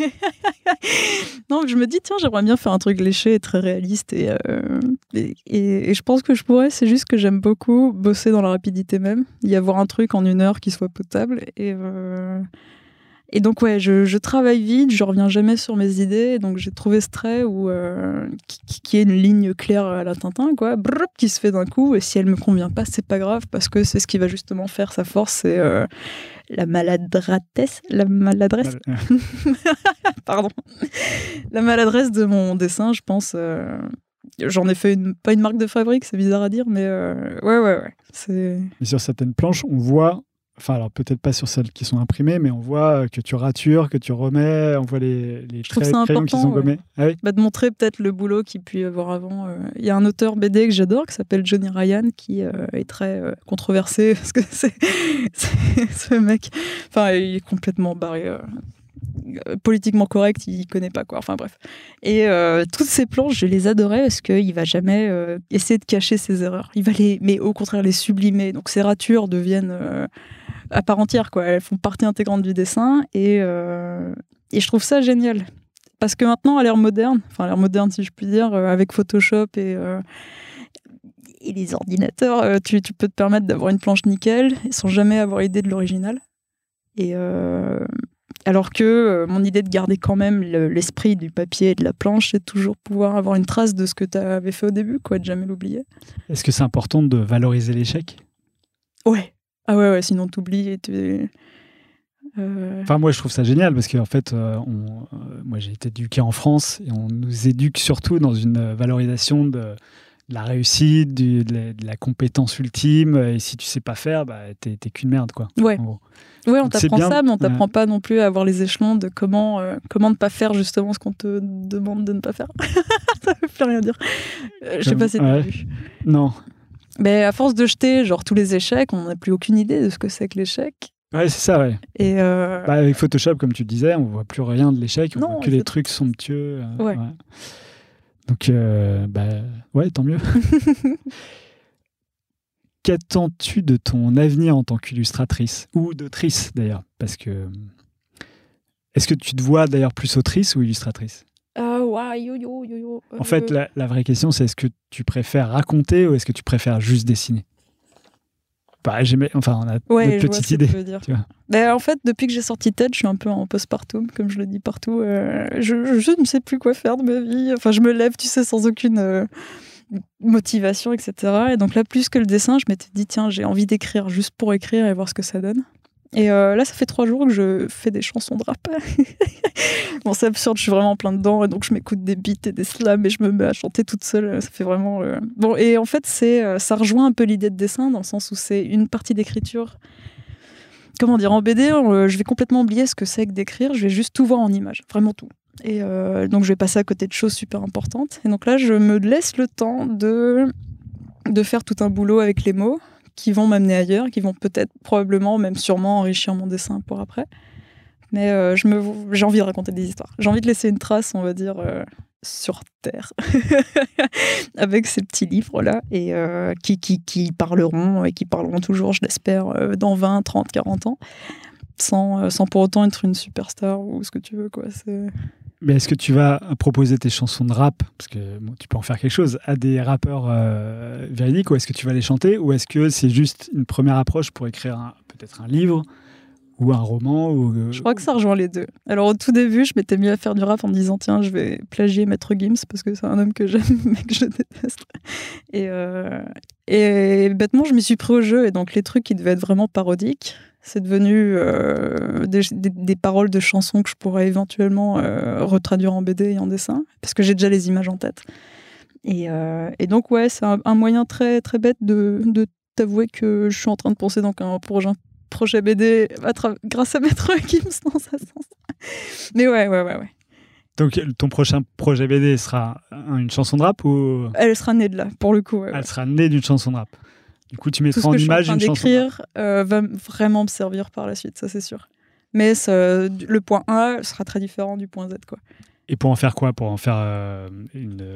Non, je me dis, tiens, j'aimerais bien faire un truc léché et très réaliste. Et, euh, et, et, et je pense que je pourrais, c'est juste que j'aime beaucoup bosser dans la rapidité même. Y avoir un truc en une heure qui soit potable. Et, euh, et donc, ouais, je, je travaille vite, je reviens jamais sur mes idées. Donc, j'ai trouvé ce trait où, euh, qui, qui est une ligne claire à la Tintin, quoi, brrr, qui se fait d'un coup. Et si elle me convient pas, c'est pas grave, parce que c'est ce qui va justement faire sa force. C'est euh, la maladresse. La maladresse. Mal... Pardon. La maladresse de mon dessin, je pense. Euh, j'en ai fait une, pas une marque de fabrique, c'est bizarre à dire, mais euh, ouais, ouais, ouais. C'est... Et sur certaines planches, on voit. Enfin, alors peut-être pas sur celles qui sont imprimées, mais on voit que tu ratures, que tu remets, on voit les, les traits de crayon qui sont gommés. Ouais. Ah oui. Bah, de montrer peut-être le boulot qu'il peut y avoir avant. Il euh, y a un auteur B D que j'adore, qui s'appelle Johnny Ryan, qui euh, est très euh, controversé, parce que c'est, c'est ce mec, enfin, il est complètement barré. Euh, politiquement correct, il connaît pas, quoi. Enfin bref. Et euh, toutes ces planches, je les adorais parce qu'il va jamais euh, essayer de cacher ses erreurs. Il va les, mais au contraire les sublimer. Donc ces ratures deviennent euh, à part entière, quoi. Elles font partie intégrante du dessin et, euh, et je trouve ça génial. Parce que maintenant, à l'ère moderne, enfin à l'ère moderne si je puis dire, euh, avec Photoshop et, euh, Et les ordinateurs, euh, tu, tu peux te permettre d'avoir une planche nickel sans jamais avoir idée de l'original. Et euh, alors que euh, mon idée de garder quand même le, l'esprit du papier et de la planche, c'est toujours pouvoir avoir une trace de ce que tu avais fait au début, quoi, de jamais l'oublier. Est-ce que c'est important de valoriser l'échec ? Ouais. Ah ouais, ouais, sinon t'oublies et tu... Euh... Enfin, moi, je trouve ça génial parce qu'en fait, euh, on, euh, moi, j'ai été éduqué en France et on nous éduque surtout dans une valorisation de, de la réussite, du, de, la, de la compétence ultime. Et si tu sais pas faire, bah, t'es, t'es qu'une merde, quoi. Ouais. En gros. Ouais, on Donc, t'apprend bien, ça, mais on t'apprend ouais. pas non plus à avoir les échelons de comment, euh, comment ne pas faire justement ce qu'on te demande de ne pas faire. Ça veut plus rien dire. Euh, je sais pas si t'as ouais. vu. Non. Mais à force de jeter genre tous les échecs, on n'a plus aucune idée de ce que c'est que l'échec. Ouais, c'est ça, ouais. Et euh... bah, avec Photoshop, comme tu le disais, on voit plus rien de l'échec, on non, voit que les trucs somptueux. Euh, ouais. ouais. Donc, euh, bah, ouais, tant mieux. Qu'attends-tu de ton avenir en tant qu'illustratrice ou d'autrice d'ailleurs ? Parce que est-ce que tu te vois d'ailleurs plus autrice ou illustratrice ? euh, ouais, yo, yo, yo, yo. En fait, la, la vraie question, c'est est-ce que tu préfères raconter ou est-ce que tu préfères juste dessiner ? Bah, j'aimais, enfin, on a ouais, notre petite idée. Tu tu vois. Ben, en fait, depuis que j'ai sorti TED, je suis un peu en postpartum, comme je le dis partout. Euh, je, je, je ne sais plus quoi faire de ma vie. Enfin, je me lève, tu sais, sans aucune euh, motivation, et cetera. Et donc là, plus que le dessin, je m'étais dit, tiens, j'ai envie d'écrire juste pour écrire et voir ce que ça donne. Et euh, là, ça fait trois jours que je fais des chansons de rap. Bon, c'est absurde, je suis vraiment plein dedans. Et donc, je m'écoute des beats et des slams et je me mets à chanter toute seule. Ça fait vraiment... Euh... Bon, et en fait, c'est, euh, ça rejoint un peu l'idée de dessin, dans le sens où c'est une partie d'écriture. Comment dire, en B D, euh, je vais complètement oublier ce que c'est que d'écrire. Je vais juste tout voir en images, vraiment tout. Et euh, donc, je vais passer à côté de choses super importantes. Et donc là, je me laisse le temps de, de faire tout un boulot avec les mots qui vont m'amener ailleurs, qui vont peut-être, probablement, même sûrement enrichir mon dessin pour après. Mais euh, je me, j'ai envie de raconter des histoires. J'ai envie de laisser une trace, on va dire, euh, sur Terre, avec ces petits livres-là, et euh, qui, qui, qui parleront, et qui parleront toujours, je l'espère, euh, dans vingt, trente, quarante ans, sans, euh, sans pour autant être une superstar ou ce que tu veux, quoi. C'est... Mais est-ce que tu vas proposer tes chansons de rap, parce que bon, tu peux en faire quelque chose, à des rappeurs euh, véridiques, ou est-ce que tu vas les chanter, ou est-ce que c'est juste une première approche pour écrire un, peut-être un livre ou un roman ou, euh... Je crois que ça rejoint les deux. Alors au tout début, je m'étais mis à faire du rap en me disant tiens, je vais plagier Maître Gims parce que c'est un homme que j'aime mais que je déteste. Et, euh... et bêtement, je m'y suis pris au jeu et donc les trucs qui devaient être vraiment parodiques, c'est devenu euh, des, des, des paroles de chansons que je pourrais éventuellement euh, retraduire en B D et en dessin parce que j'ai déjà les images en tête. Et, euh... et donc ouais, c'est un, un moyen très très bête de, de t'avouer que je suis en train de penser donc à un projet projet B D à tra- grâce à Maître Gims dans sa sens. Mais ouais, ouais, ouais, ouais. Donc ton prochain projet B D sera une chanson de rap ou... Elle sera née de là, pour le coup. Ouais, Elle ouais. sera née d'une chanson de rap. Du coup, tu mettras Tout ce en que image je suis en une train chanson de rap. d'écrire euh, va vraiment me servir par la suite, ça c'est sûr. Mais ça, le point A sera très différent du point Z, quoi. Et pour en faire quoi ? Pour en faire euh, une,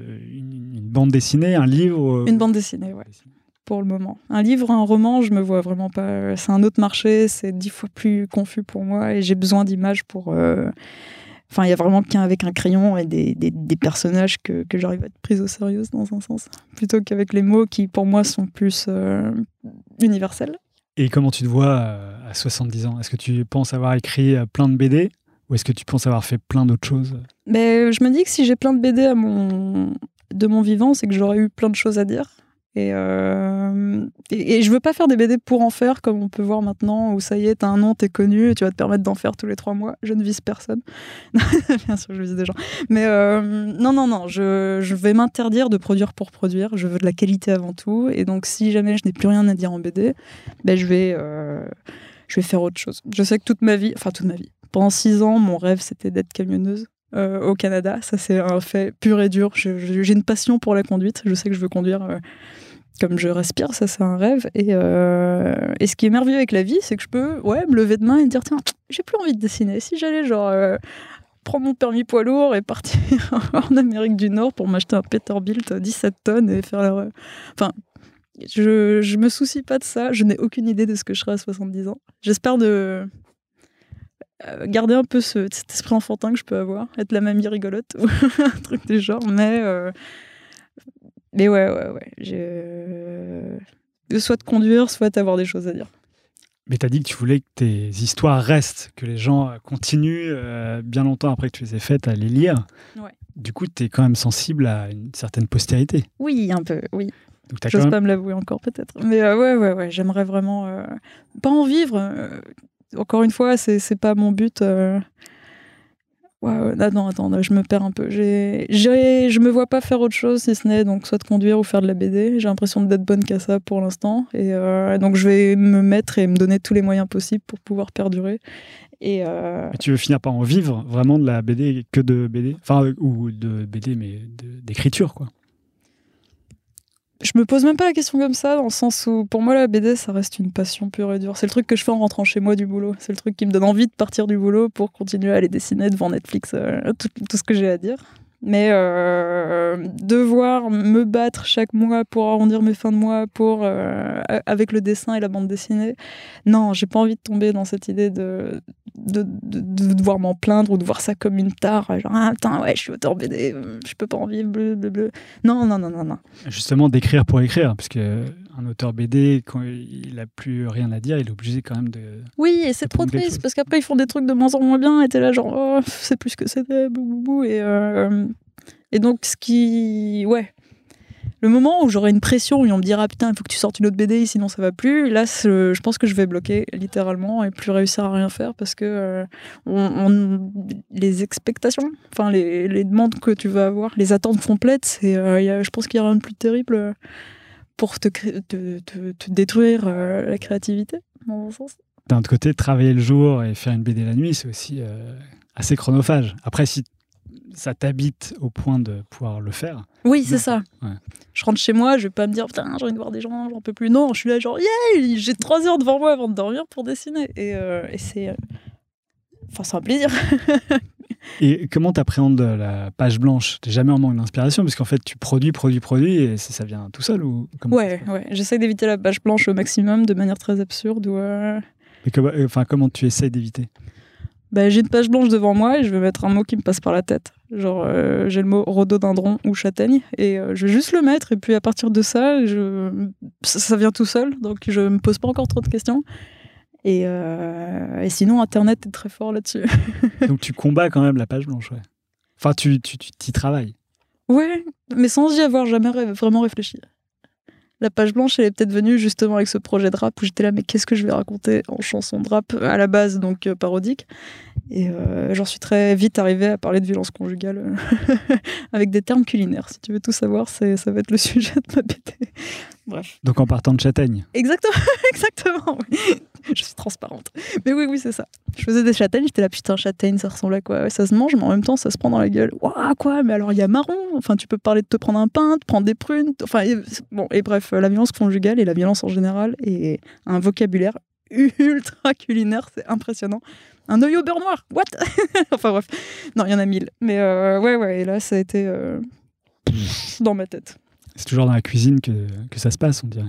une, une bande dessinée, un livre ? Une bande dessinée, ouais. Pour le moment. Un livre, un roman, je me vois vraiment pas. C'est un autre marché, c'est dix fois plus confus pour moi et j'ai besoin d'images pour. Euh... Enfin, il y a vraiment qu'un avec un crayon et des, des, des personnages que, que j'arrive à être prise au sérieux dans un sens, plutôt qu'avec les mots qui, pour moi, sont plus euh, universels. Et comment tu te vois à soixante-dix ans ? Est-ce que tu penses avoir écrit plein de B D ou est-ce que tu penses avoir fait plein d'autres choses ? Mais je me dis que si j'ai plein de B D à mon... de mon vivant, c'est que j'aurais eu plein de choses à dire. Et, euh, et, et je veux pas faire des B D pour en faire, comme on peut voir maintenant, où ça y est, t'as un nom, t'es connu, et tu vas te permettre d'en faire tous les trois mois. Je ne vise personne. Bien sûr, je vise des gens. Mais euh, non, non, non, je, je vais m'interdire de produire pour produire. Je veux de la qualité avant tout. Et donc, si jamais je n'ai plus rien à dire en B D, ben, je, vais, euh, je vais faire autre chose. Je sais que toute ma vie, enfin toute ma vie, pendant six ans, mon rêve, c'était d'être camionneuse. Euh, au Canada, ça c'est un fait pur et dur. Je, je, j'ai une passion pour la conduite. Je sais que je veux conduire euh, comme je respire, ça c'est un rêve. Et, euh, et ce qui est merveilleux avec la vie, c'est que je peux ouais, me lever demain et me dire tiens, j'ai plus envie de dessiner. Si j'allais genre euh, prendre mon permis poids lourd et partir en Amérique du Nord pour m'acheter un Peterbilt dix-sept tonnes et faire la... Enfin, je, je me soucie pas de ça. Je n'ai aucune idée de ce que je serai à soixante-dix ans. J'espère de... garder un peu ce, cet esprit enfantin que je peux avoir, être la mamie rigolote ou un truc du genre, mais euh, Mais ouais, ouais, ouais. Je... Soit de conduire, soit d'avoir des choses à dire. Mais tu as dit que tu voulais que tes histoires restent, que les gens continuent euh, bien longtemps après que tu les aies faites à les lire. Ouais. Du coup, tu es quand même sensible à une certaine postérité. Oui, un peu, oui. Donc, t'as J'ose quand même... pas me l'avouer encore, peut-être. Mais euh, ouais, ouais, ouais, j'aimerais vraiment... Euh... Pas en vivre. Euh... Encore une fois, c'est, c'est pas mon but. Euh... Ouais, ouais, attends, attends, je me perds un peu. J'ai... J'ai... Je me vois pas faire autre chose, si ce n'est donc soit de conduire ou faire de la B D. J'ai l'impression d'être bonne qu'à ça pour l'instant. Et euh... donc, je vais me mettre et me donner tous les moyens possibles pour pouvoir perdurer. Et euh... Mais tu veux finir par en vivre vraiment de la B D, que de B D, enfin, ou de B D, mais de, d'écriture, quoi. Je me pose même pas la question comme ça, dans le sens où, pour moi, la B D, ça reste une passion pure et dure. C'est le truc que je fais en rentrant chez moi du boulot. C'est le truc qui me donne envie de partir du boulot pour continuer à aller dessiner devant Netflix, euh, tout, tout ce que j'ai à dire. Mais euh, devoir me battre chaque mois pour arrondir mes fins de mois, pour, euh, avec le dessin et la bande dessinée, non, j'ai pas envie de tomber dans cette idée de, de, de, de devoir m'en plaindre ou de voir ça comme une tare. Genre, ah putain, ouais, je suis auteur B D, je peux pas en vivre, bleu, bleu, bleu. Non, non, non, non, non. Justement, d'écrire pour écrire, parce qu'un auteur B D, quand il a plus rien à dire, il est obligé quand même de... Oui, et c'est trop triste, parce qu'après, ils font des trucs de moins en moins bien, et t'es là genre, oh, c'est plus ce que c'était, bou, bou, bou, et... Euh, Et donc, ce qui... Ouais. Le moment où j'aurai une pression, où on me dira « Putain, il faut que tu sortes une autre B D, sinon ça va plus », là, je pense que je vais bloquer, littéralement, et plus réussir à rien faire, parce que euh, on, on, les expectations, enfin, les, les demandes que tu vas avoir, les attentes complètes, c'est, euh, y a, je pense qu'il n'y a rien de plus terrible pour te, te, te, te détruire euh, la créativité, dans un sens. D'un autre côté, travailler le jour et faire une B D la nuit, c'est aussi euh, assez chronophage. Après, si ça t'habite au point de pouvoir le faire. Oui, c'est ça. Ouais. Je rentre chez moi, je vais pas me dire putain, j'ai envie de voir des gens, j'en peux plus. Non, je suis là genre yeah, j'ai trois heures devant moi avant de dormir pour dessiner. Et, euh, et c'est, euh... enfin, c'est un plaisir. Et comment t'appréhendes la page blanche? T'es jamais en manque d'inspiration parce qu'en fait tu produis, produis, produis et ça vient tout seul ou comment? Ouais, ouais. J'essaie d'éviter la page blanche au maximum de manière très absurde. Ou euh... Mais comment, enfin, comment tu essaies d'éviter? Bah, j'ai une page blanche devant moi et je vais mettre un mot qui me passe par la tête. Genre, euh, j'ai le mot rhododendron ou châtaigne et euh, je vais juste le mettre et puis à partir de ça, je... ça, ça vient tout seul, donc je me pose pas encore trop de questions. Et, euh... et sinon, Internet est très fort là-dessus. Donc tu combats quand même la page blanche, ouais. Enfin, tu, tu, tu t'y travailles. Ouais, mais sans y avoir jamais ré- vraiment réfléchi. La page blanche, elle est peut-être venue justement avec ce projet de rap où j'étais là, mais qu'est-ce que je vais raconter en chanson de rap à la base, donc euh, parodique. Et euh, j'en suis très vite arrivée à parler de violence conjugale euh, avec des termes culinaires. Si tu veux tout savoir, c'est, ça va être le sujet de ma B D. Bref. Donc en partant de châtaigne. Exactement, exactement. Oui. Je suis transparente. Mais oui, oui, c'est ça. Je faisais des châtaignes, j'étais là, putain, châtaigne, ça ressemble à quoi? Ouais, ça se mange, mais en même temps, ça se prend dans la gueule. Waouh, quoi? Mais alors, il y a marron. Enfin, tu peux parler de te prendre un pain, de prendre des prunes. Enfin, et, bon, et bref, la violence conjugale et la violence en général et un vocabulaire ultra culinaire, c'est impressionnant. Un œil au beurre noir, what? Enfin bref, non, il y en a mille. Mais euh, ouais, ouais, et là, ça a été euh, dans ma tête. C'est toujours dans la cuisine que, que ça se passe, on dirait.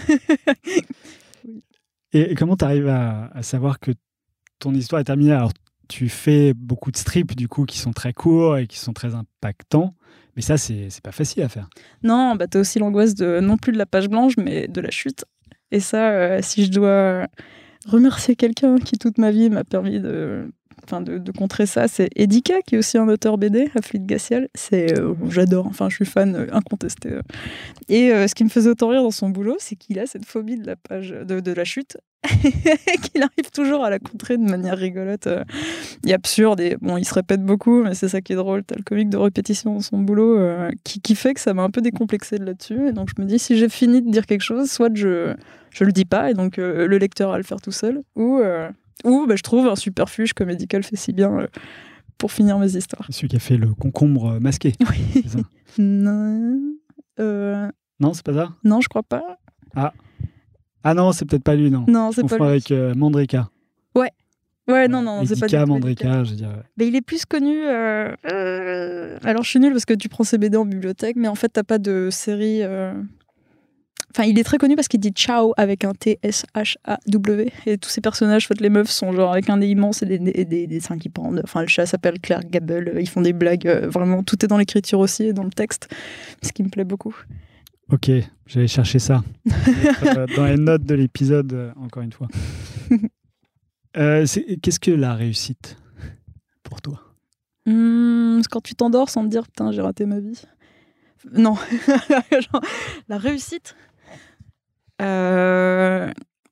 Oui. Et, et comment tu arrives à, à savoir que ton histoire est terminée? Alors, tu fais beaucoup de strips, du coup, qui sont très courts et qui sont très impactants. Mais ça, c'est, c'est pas facile à faire. Non, bah, t'as aussi l'angoisse de, non plus de la page blanche, mais de la chute. Et ça, euh, si je dois remercier quelqu'un qui, toute ma vie, m'a permis de, enfin, de, de contrer ça, c'est Edika, qui est aussi un auteur B D, Aflite Gassiel. C'est, euh, j'adore, enfin, je suis fan euh, incontesté. Et euh, ce qui me faisait autant rire dans son boulot, c'est qu'il a cette phobie de la, page, de, de la chute, et qu'il arrive toujours à la contrer de manière rigolote euh, et absurde. Et bon, il se répète beaucoup, mais c'est ça qui est drôle. T'as le comique de répétition dans son boulot euh, qui, qui fait que ça m'a un peu décomplexé de là-dessus. Et donc je me dis, si j'ai fini de dire quelque chose, soit je je le dis pas, et donc euh, le lecteur va le faire tout seul, ou, euh, ou bah, je trouve un superfuge comme Edica le fait si bien euh, pour finir mes histoires. Celui qui a fait le concombre masqué. Oui. C'est ça? Non, euh... non, c'est pas ça? Non, je crois pas. Ah. Ah non, c'est peut-être pas lui, non. Non, c'est pas lui. avec euh, Mandrika. Ouais. Ouais, non, non, c'est pas Edica, du tout Mandrika, Edica. je veux dire. Ouais. Mais il est plus connu. Euh... Euh... Alors, je suis nulle parce que tu prends ces B D en bibliothèque, mais en fait, t'as pas de série. Euh... Enfin, il est très connu parce qu'il dit ciao avec un T S H A W. Et tous ces personnages, en fait, les meufs sont genre avec un nez immense et des, des, des, des seins qui pendent. Enfin, le chat s'appelle Claire Gable. Ils font des blagues. Euh, vraiment, tout est dans l'écriture aussi et dans le texte. Ce qui me plaît beaucoup. Ok, j'allais chercher ça. euh, dans les notes de l'épisode, euh, encore une fois. euh, c'est, qu'est-ce que la réussite pour toi? Hum, quand tu t'endors sans te dire putain j'ai raté ma vie. Non, genre, la réussite. Euh...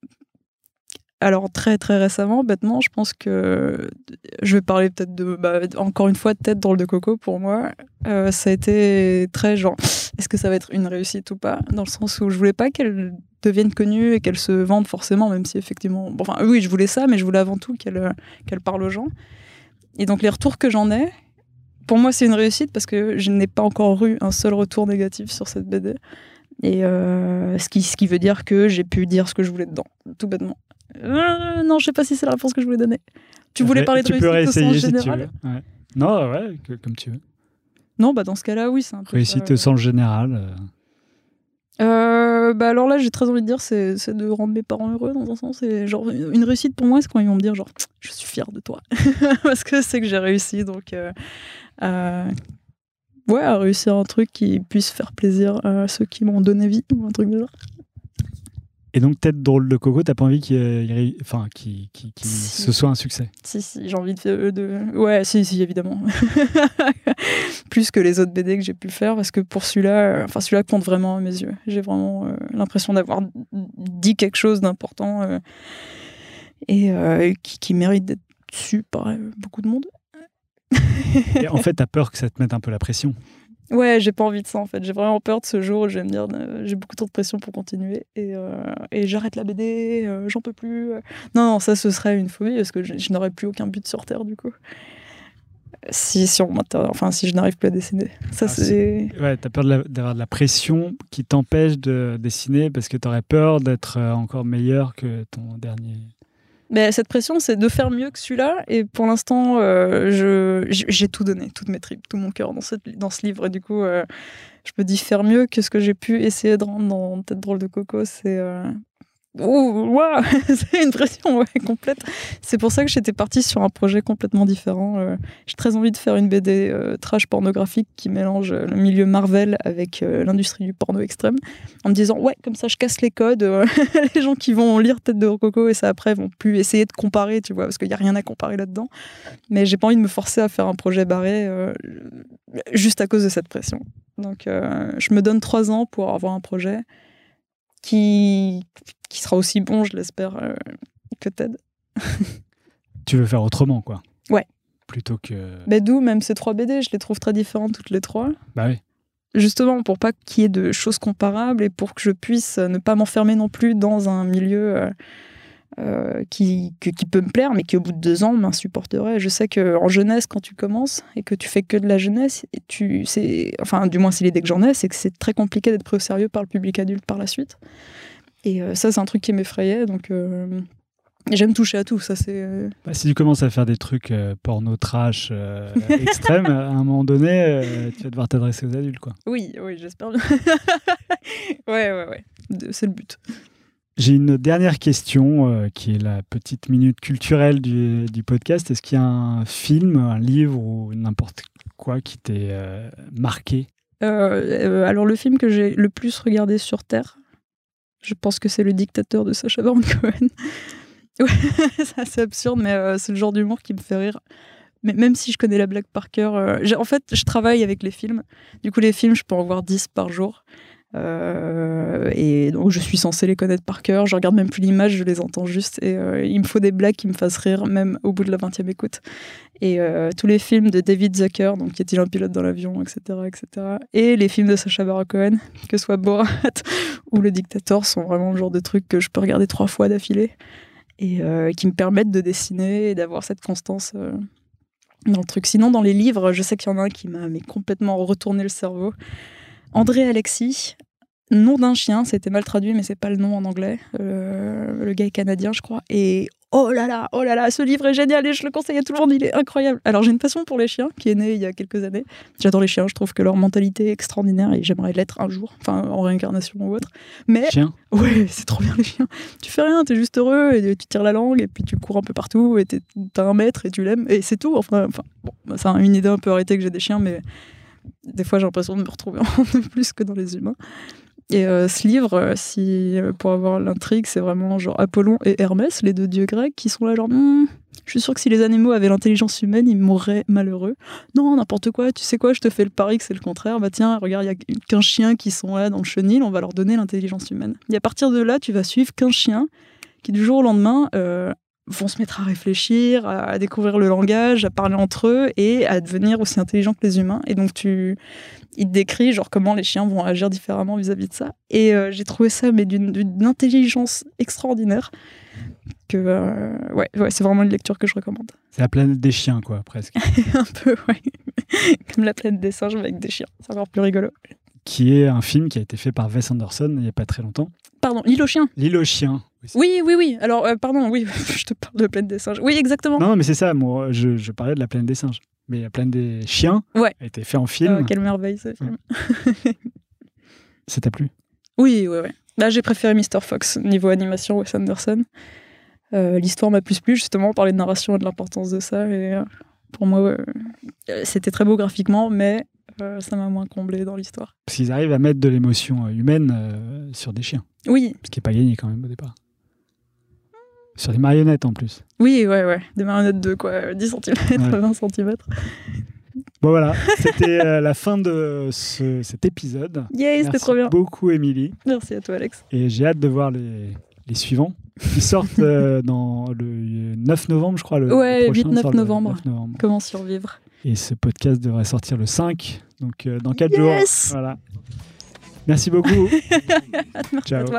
Alors très très récemment, bêtement, je pense que je vais parler peut-être de, bah, encore une fois, tête drôle de coco pour moi. Euh, ça a été très genre, est-ce que ça va être une réussite ou pas? Dans le sens où je voulais pas qu'elle devienne connue et qu'elle se vende forcément, même si effectivement, bon, enfin oui, je voulais ça, mais je voulais avant tout qu'elle qu'elle parle aux gens. Et donc les retours que j'en ai, pour moi c'est une réussite parce que je n'ai pas encore eu un seul retour négatif sur cette B D. Et euh, ce qui ce qui veut dire que j'ai pu dire ce que je voulais dedans, tout bêtement. Euh, non, je sais pas si c'est la réponse que je voulais donner. Tu voulais parler de tu réussite peux au sens si général? tu veux. Ouais. Non, ouais, que, comme tu veux. Non, bah dans ce cas-là, oui, c'est un peu Réussite ça. au sens général. Euh... Euh, bah alors là, j'ai très envie de dire, c'est, c'est de rendre mes parents heureux dans un sens. Et genre, une réussite pour moi, c'est quand ils vont me dire, genre, je suis fière de toi. Parce que c'est que j'ai réussi. Donc, euh, euh, ouais, à réussir un truc qui puisse faire plaisir à ceux qui m'ont donné vie ou un truc de genre. Et donc, tête drôle de coco, t'as pas envie qu'il, enfin, qu'il, qu'il, qu'il si. ce soit un succès? Si, si, j'ai envie de... de... Ouais, si, si, évidemment. Plus que les autres B D que j'ai pu faire, parce que pour celui-là, enfin, celui-là compte vraiment à mes yeux. J'ai vraiment euh, l'impression d'avoir dit quelque chose d'important euh, et euh, qui, qui mérite d'être su par euh, beaucoup de monde. Et en fait, t'as peur que ça te mette un peu la pression? Ouais, j'ai pas envie de ça en fait. J'ai vraiment peur de ce jour où je vais me dire euh, j'ai beaucoup trop de pression pour continuer et, euh, et j'arrête la B D, euh, j'en peux plus. Non, non, ça ce serait une phobie parce que je, je n'aurais plus aucun but sur Terre du coup. Si, si, on enfin, si je n'arrive plus à dessiner. Ça, ah, c'est... c'est... Ouais, t'as peur de la, d'avoir de la pression qui t'empêche de dessiner parce que t'aurais peur d'être encore meilleur que ton dernier. Mais cette pression, c'est de faire mieux que celui-là. Et pour l'instant, euh, je, j'ai tout donné, toutes mes tripes, tout mon cœur dans, cette, dans ce livre. Et du coup, euh, je me dis faire mieux que ce que j'ai pu essayer de rendre dans Tête drôle de coco. C'est... Euh... Oh, wow, c'est une pression ouais, complète. C'est pour ça que j'étais partie sur un projet complètement différent. Euh, j'ai très envie de faire une B D euh, trash pornographique qui mélange le milieu Marvel avec euh, l'industrie du porno extrême, en me disant ouais, comme ça je casse les codes. Euh, les gens qui vont lire Tête de coco et ça après vont plus essayer de comparer, tu vois, parce qu'il y a rien à comparer là-dedans. Mais j'ai pas envie de me forcer à faire un projet barré euh, juste à cause de cette pression. Donc euh, je me donne trois ans pour avoir un projet qui qui sera aussi bon, je l'espère, euh, que Ted. Tu veux faire autrement, quoi. Ouais. Plutôt que... Bah, d'où, même ces trois B D, je les trouve très différentes toutes les trois. Bah oui. Justement, pour pas qu'il y ait de choses comparables et pour que je puisse ne pas m'enfermer non plus dans un milieu euh, euh, qui, que, qui peut me plaire, mais qui au bout de deux ans m'insupporterait. Je sais qu'en jeunesse, quand tu commences et que tu fais que de la jeunesse, et tu, c'est, enfin, du moins c'est l'idée que j'en ai, c'est que c'est très compliqué d'être pris au sérieux par le public adulte par la suite. Et euh, ça, c'est un truc qui m'effrayait, donc euh, j'aime toucher à tout. Ça, c'est, euh... bah, si tu commences à faire des trucs euh, porno trash euh, extrêmes, à un moment donné, euh, tu vas devoir t'adresser aux adultes, quoi. Oui, oui, j'espère bien. ouais, ouais, ouais, c'est le but. J'ai une dernière question, euh, qui est la petite minute culturelle du, du podcast. Est-ce qu'il y a un film, un livre ou n'importe quoi qui t'ait euh, marqué? euh, euh, Alors, le film que j'ai le plus regardé sur Terre, je pense que c'est Le Dictateur de Sacha Baron Cohen. Ouais, c'est assez absurde, mais euh, c'est le genre d'humour qui me fait rire. Mais même si je connais la blague par cœur, euh, j'ai, en fait, je travaille avec les films. Du coup, les films, je peux en voir dix par jour. Euh, et donc, je suis censée les connaître par cœur. Je regarde même plus l'image, je les entends juste. Et euh, il me faut des blagues qui me fassent rire, même au bout de la vingtième écoute. Et euh, tous les films de David Zucker, donc y a-t-il un pilote dans l'avion, et cetera, et cetera. Et les films de Sacha Baron Cohen, que ce soit Borat ou Le Dictateur, sont vraiment le genre de trucs que je peux regarder trois fois d'affilée et euh, qui me permettent de dessiner et d'avoir cette constance euh, dans le truc. Sinon, dans les livres, je sais qu'il y en a un qui m'a mais complètement retourné le cerveau. André Alexis, Nom d'un chien, c'était mal traduit, mais c'est pas le nom en anglais. Euh, le gars est canadien, je crois. Et oh là là, oh là là, ce livre est génial et je le conseille à tout le monde, il est incroyable. Alors j'ai une passion pour les chiens qui est née il y a quelques années. J'adore les chiens, je trouve que leur mentalité est extraordinaire et j'aimerais l'être un jour, enfin en réincarnation ou autre. Mais Chien. Ouais, c'est trop bien les chiens. Tu fais rien, t'es juste heureux et tu tires la langue et puis tu cours un peu partout et t'as un maître et tu l'aimes et c'est tout. Enfin, enfin bon, c'est une idée un peu arrêtée que j'ai des chiens, mais des fois j'ai l'impression de me retrouver en plus que dans les humains. Et euh, ce livre, euh, si, euh, pour avoir l'intrigue, c'est vraiment genre Apollon et Hermès, les deux dieux grecs, qui sont là genre hm, je suis sûr que si les animaux avaient l'intelligence humaine, ils mourraient malheureux. Non, n'importe quoi, tu sais quoi, je te fais le pari que c'est le contraire. Bah tiens, regarde, il y a quinze chiens qui sont là dans le chenil, on va leur donner l'intelligence humaine. Et à partir de là, tu vas suivre quinze chiens qui, du jour au lendemain, euh, vont se mettre à réfléchir, à découvrir le langage, à parler entre eux et à devenir aussi intelligents que les humains. Et donc, tu... il te décrit genre, comment les chiens vont agir différemment vis-à-vis de ça. Et euh, j'ai trouvé ça mais d'une, d'une intelligence extraordinaire. Que, euh, ouais, ouais, c'est vraiment une lecture que je recommande. C'est la planète des chiens, quoi, presque. Un peu, ouais. Comme la planète des singes, mais avec des chiens. C'est encore plus rigolo. Qui est un film qui a été fait par Wes Anderson il n'y a pas très longtemps. Pardon, L'île aux chiens. L'île aux chiens. Oui, oui, oui. Alors, euh, pardon, oui, je te parle de la planète des singes. Oui, exactement. Non, mais c'est ça, moi, je, je parlais de la planète des singes. Mais la planète des chiens ouais. a été fait en film. Oh, quelle merveille, ce film. Ça t'a plu ? Oui, oui, oui. Là, j'ai préféré mister Fox, niveau animation, Wes Anderson. Euh, l'histoire m'a plus plu, justement, on parlait de narration et de l'importance de ça. Et euh, pour moi, euh, c'était très beau graphiquement, mais euh, ça m'a moins comblé dans l'histoire. Parce qu'ils arrivent à mettre de l'émotion humaine euh, sur des chiens. Oui. Ce qui n'est pas gagné quand même au départ. Sur des marionnettes en plus. Oui, ouais, ouais. Des marionnettes de quoi dix centimètres, ouais. vingt centimètres. Bon voilà, c'était euh, la fin de ce, cet épisode. Yeah, c'était trop bien. Merci beaucoup, Émilie. Merci à toi, Alex. Et j'ai hâte de voir les, les suivants. Ils sortent euh, dans le neuf novembre, je crois. Le, ouais, le prochain huit neuf novembre. neuf novembre. Comment survivre. Et ce podcast devrait sortir le cinq, donc euh, dans quatre yes jours. Voilà. Merci beaucoup. Merci Ciao. à toi.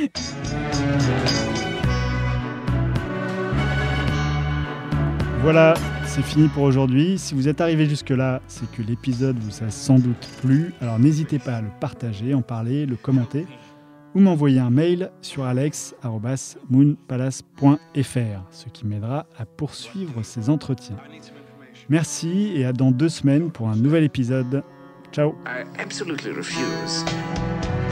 Voilà, c'est fini pour aujourd'hui. Si vous êtes arrivé jusque-là, c'est que l'épisode vous a sans doute plu. Alors n'hésitez pas à le partager, en parler, le commenter ou m'envoyer un mail sur alex arobase moonpalace point f r, ce qui m'aidera à poursuivre ces entretiens. Merci et à dans deux semaines pour un nouvel épisode. Ciao. I absolutely refuse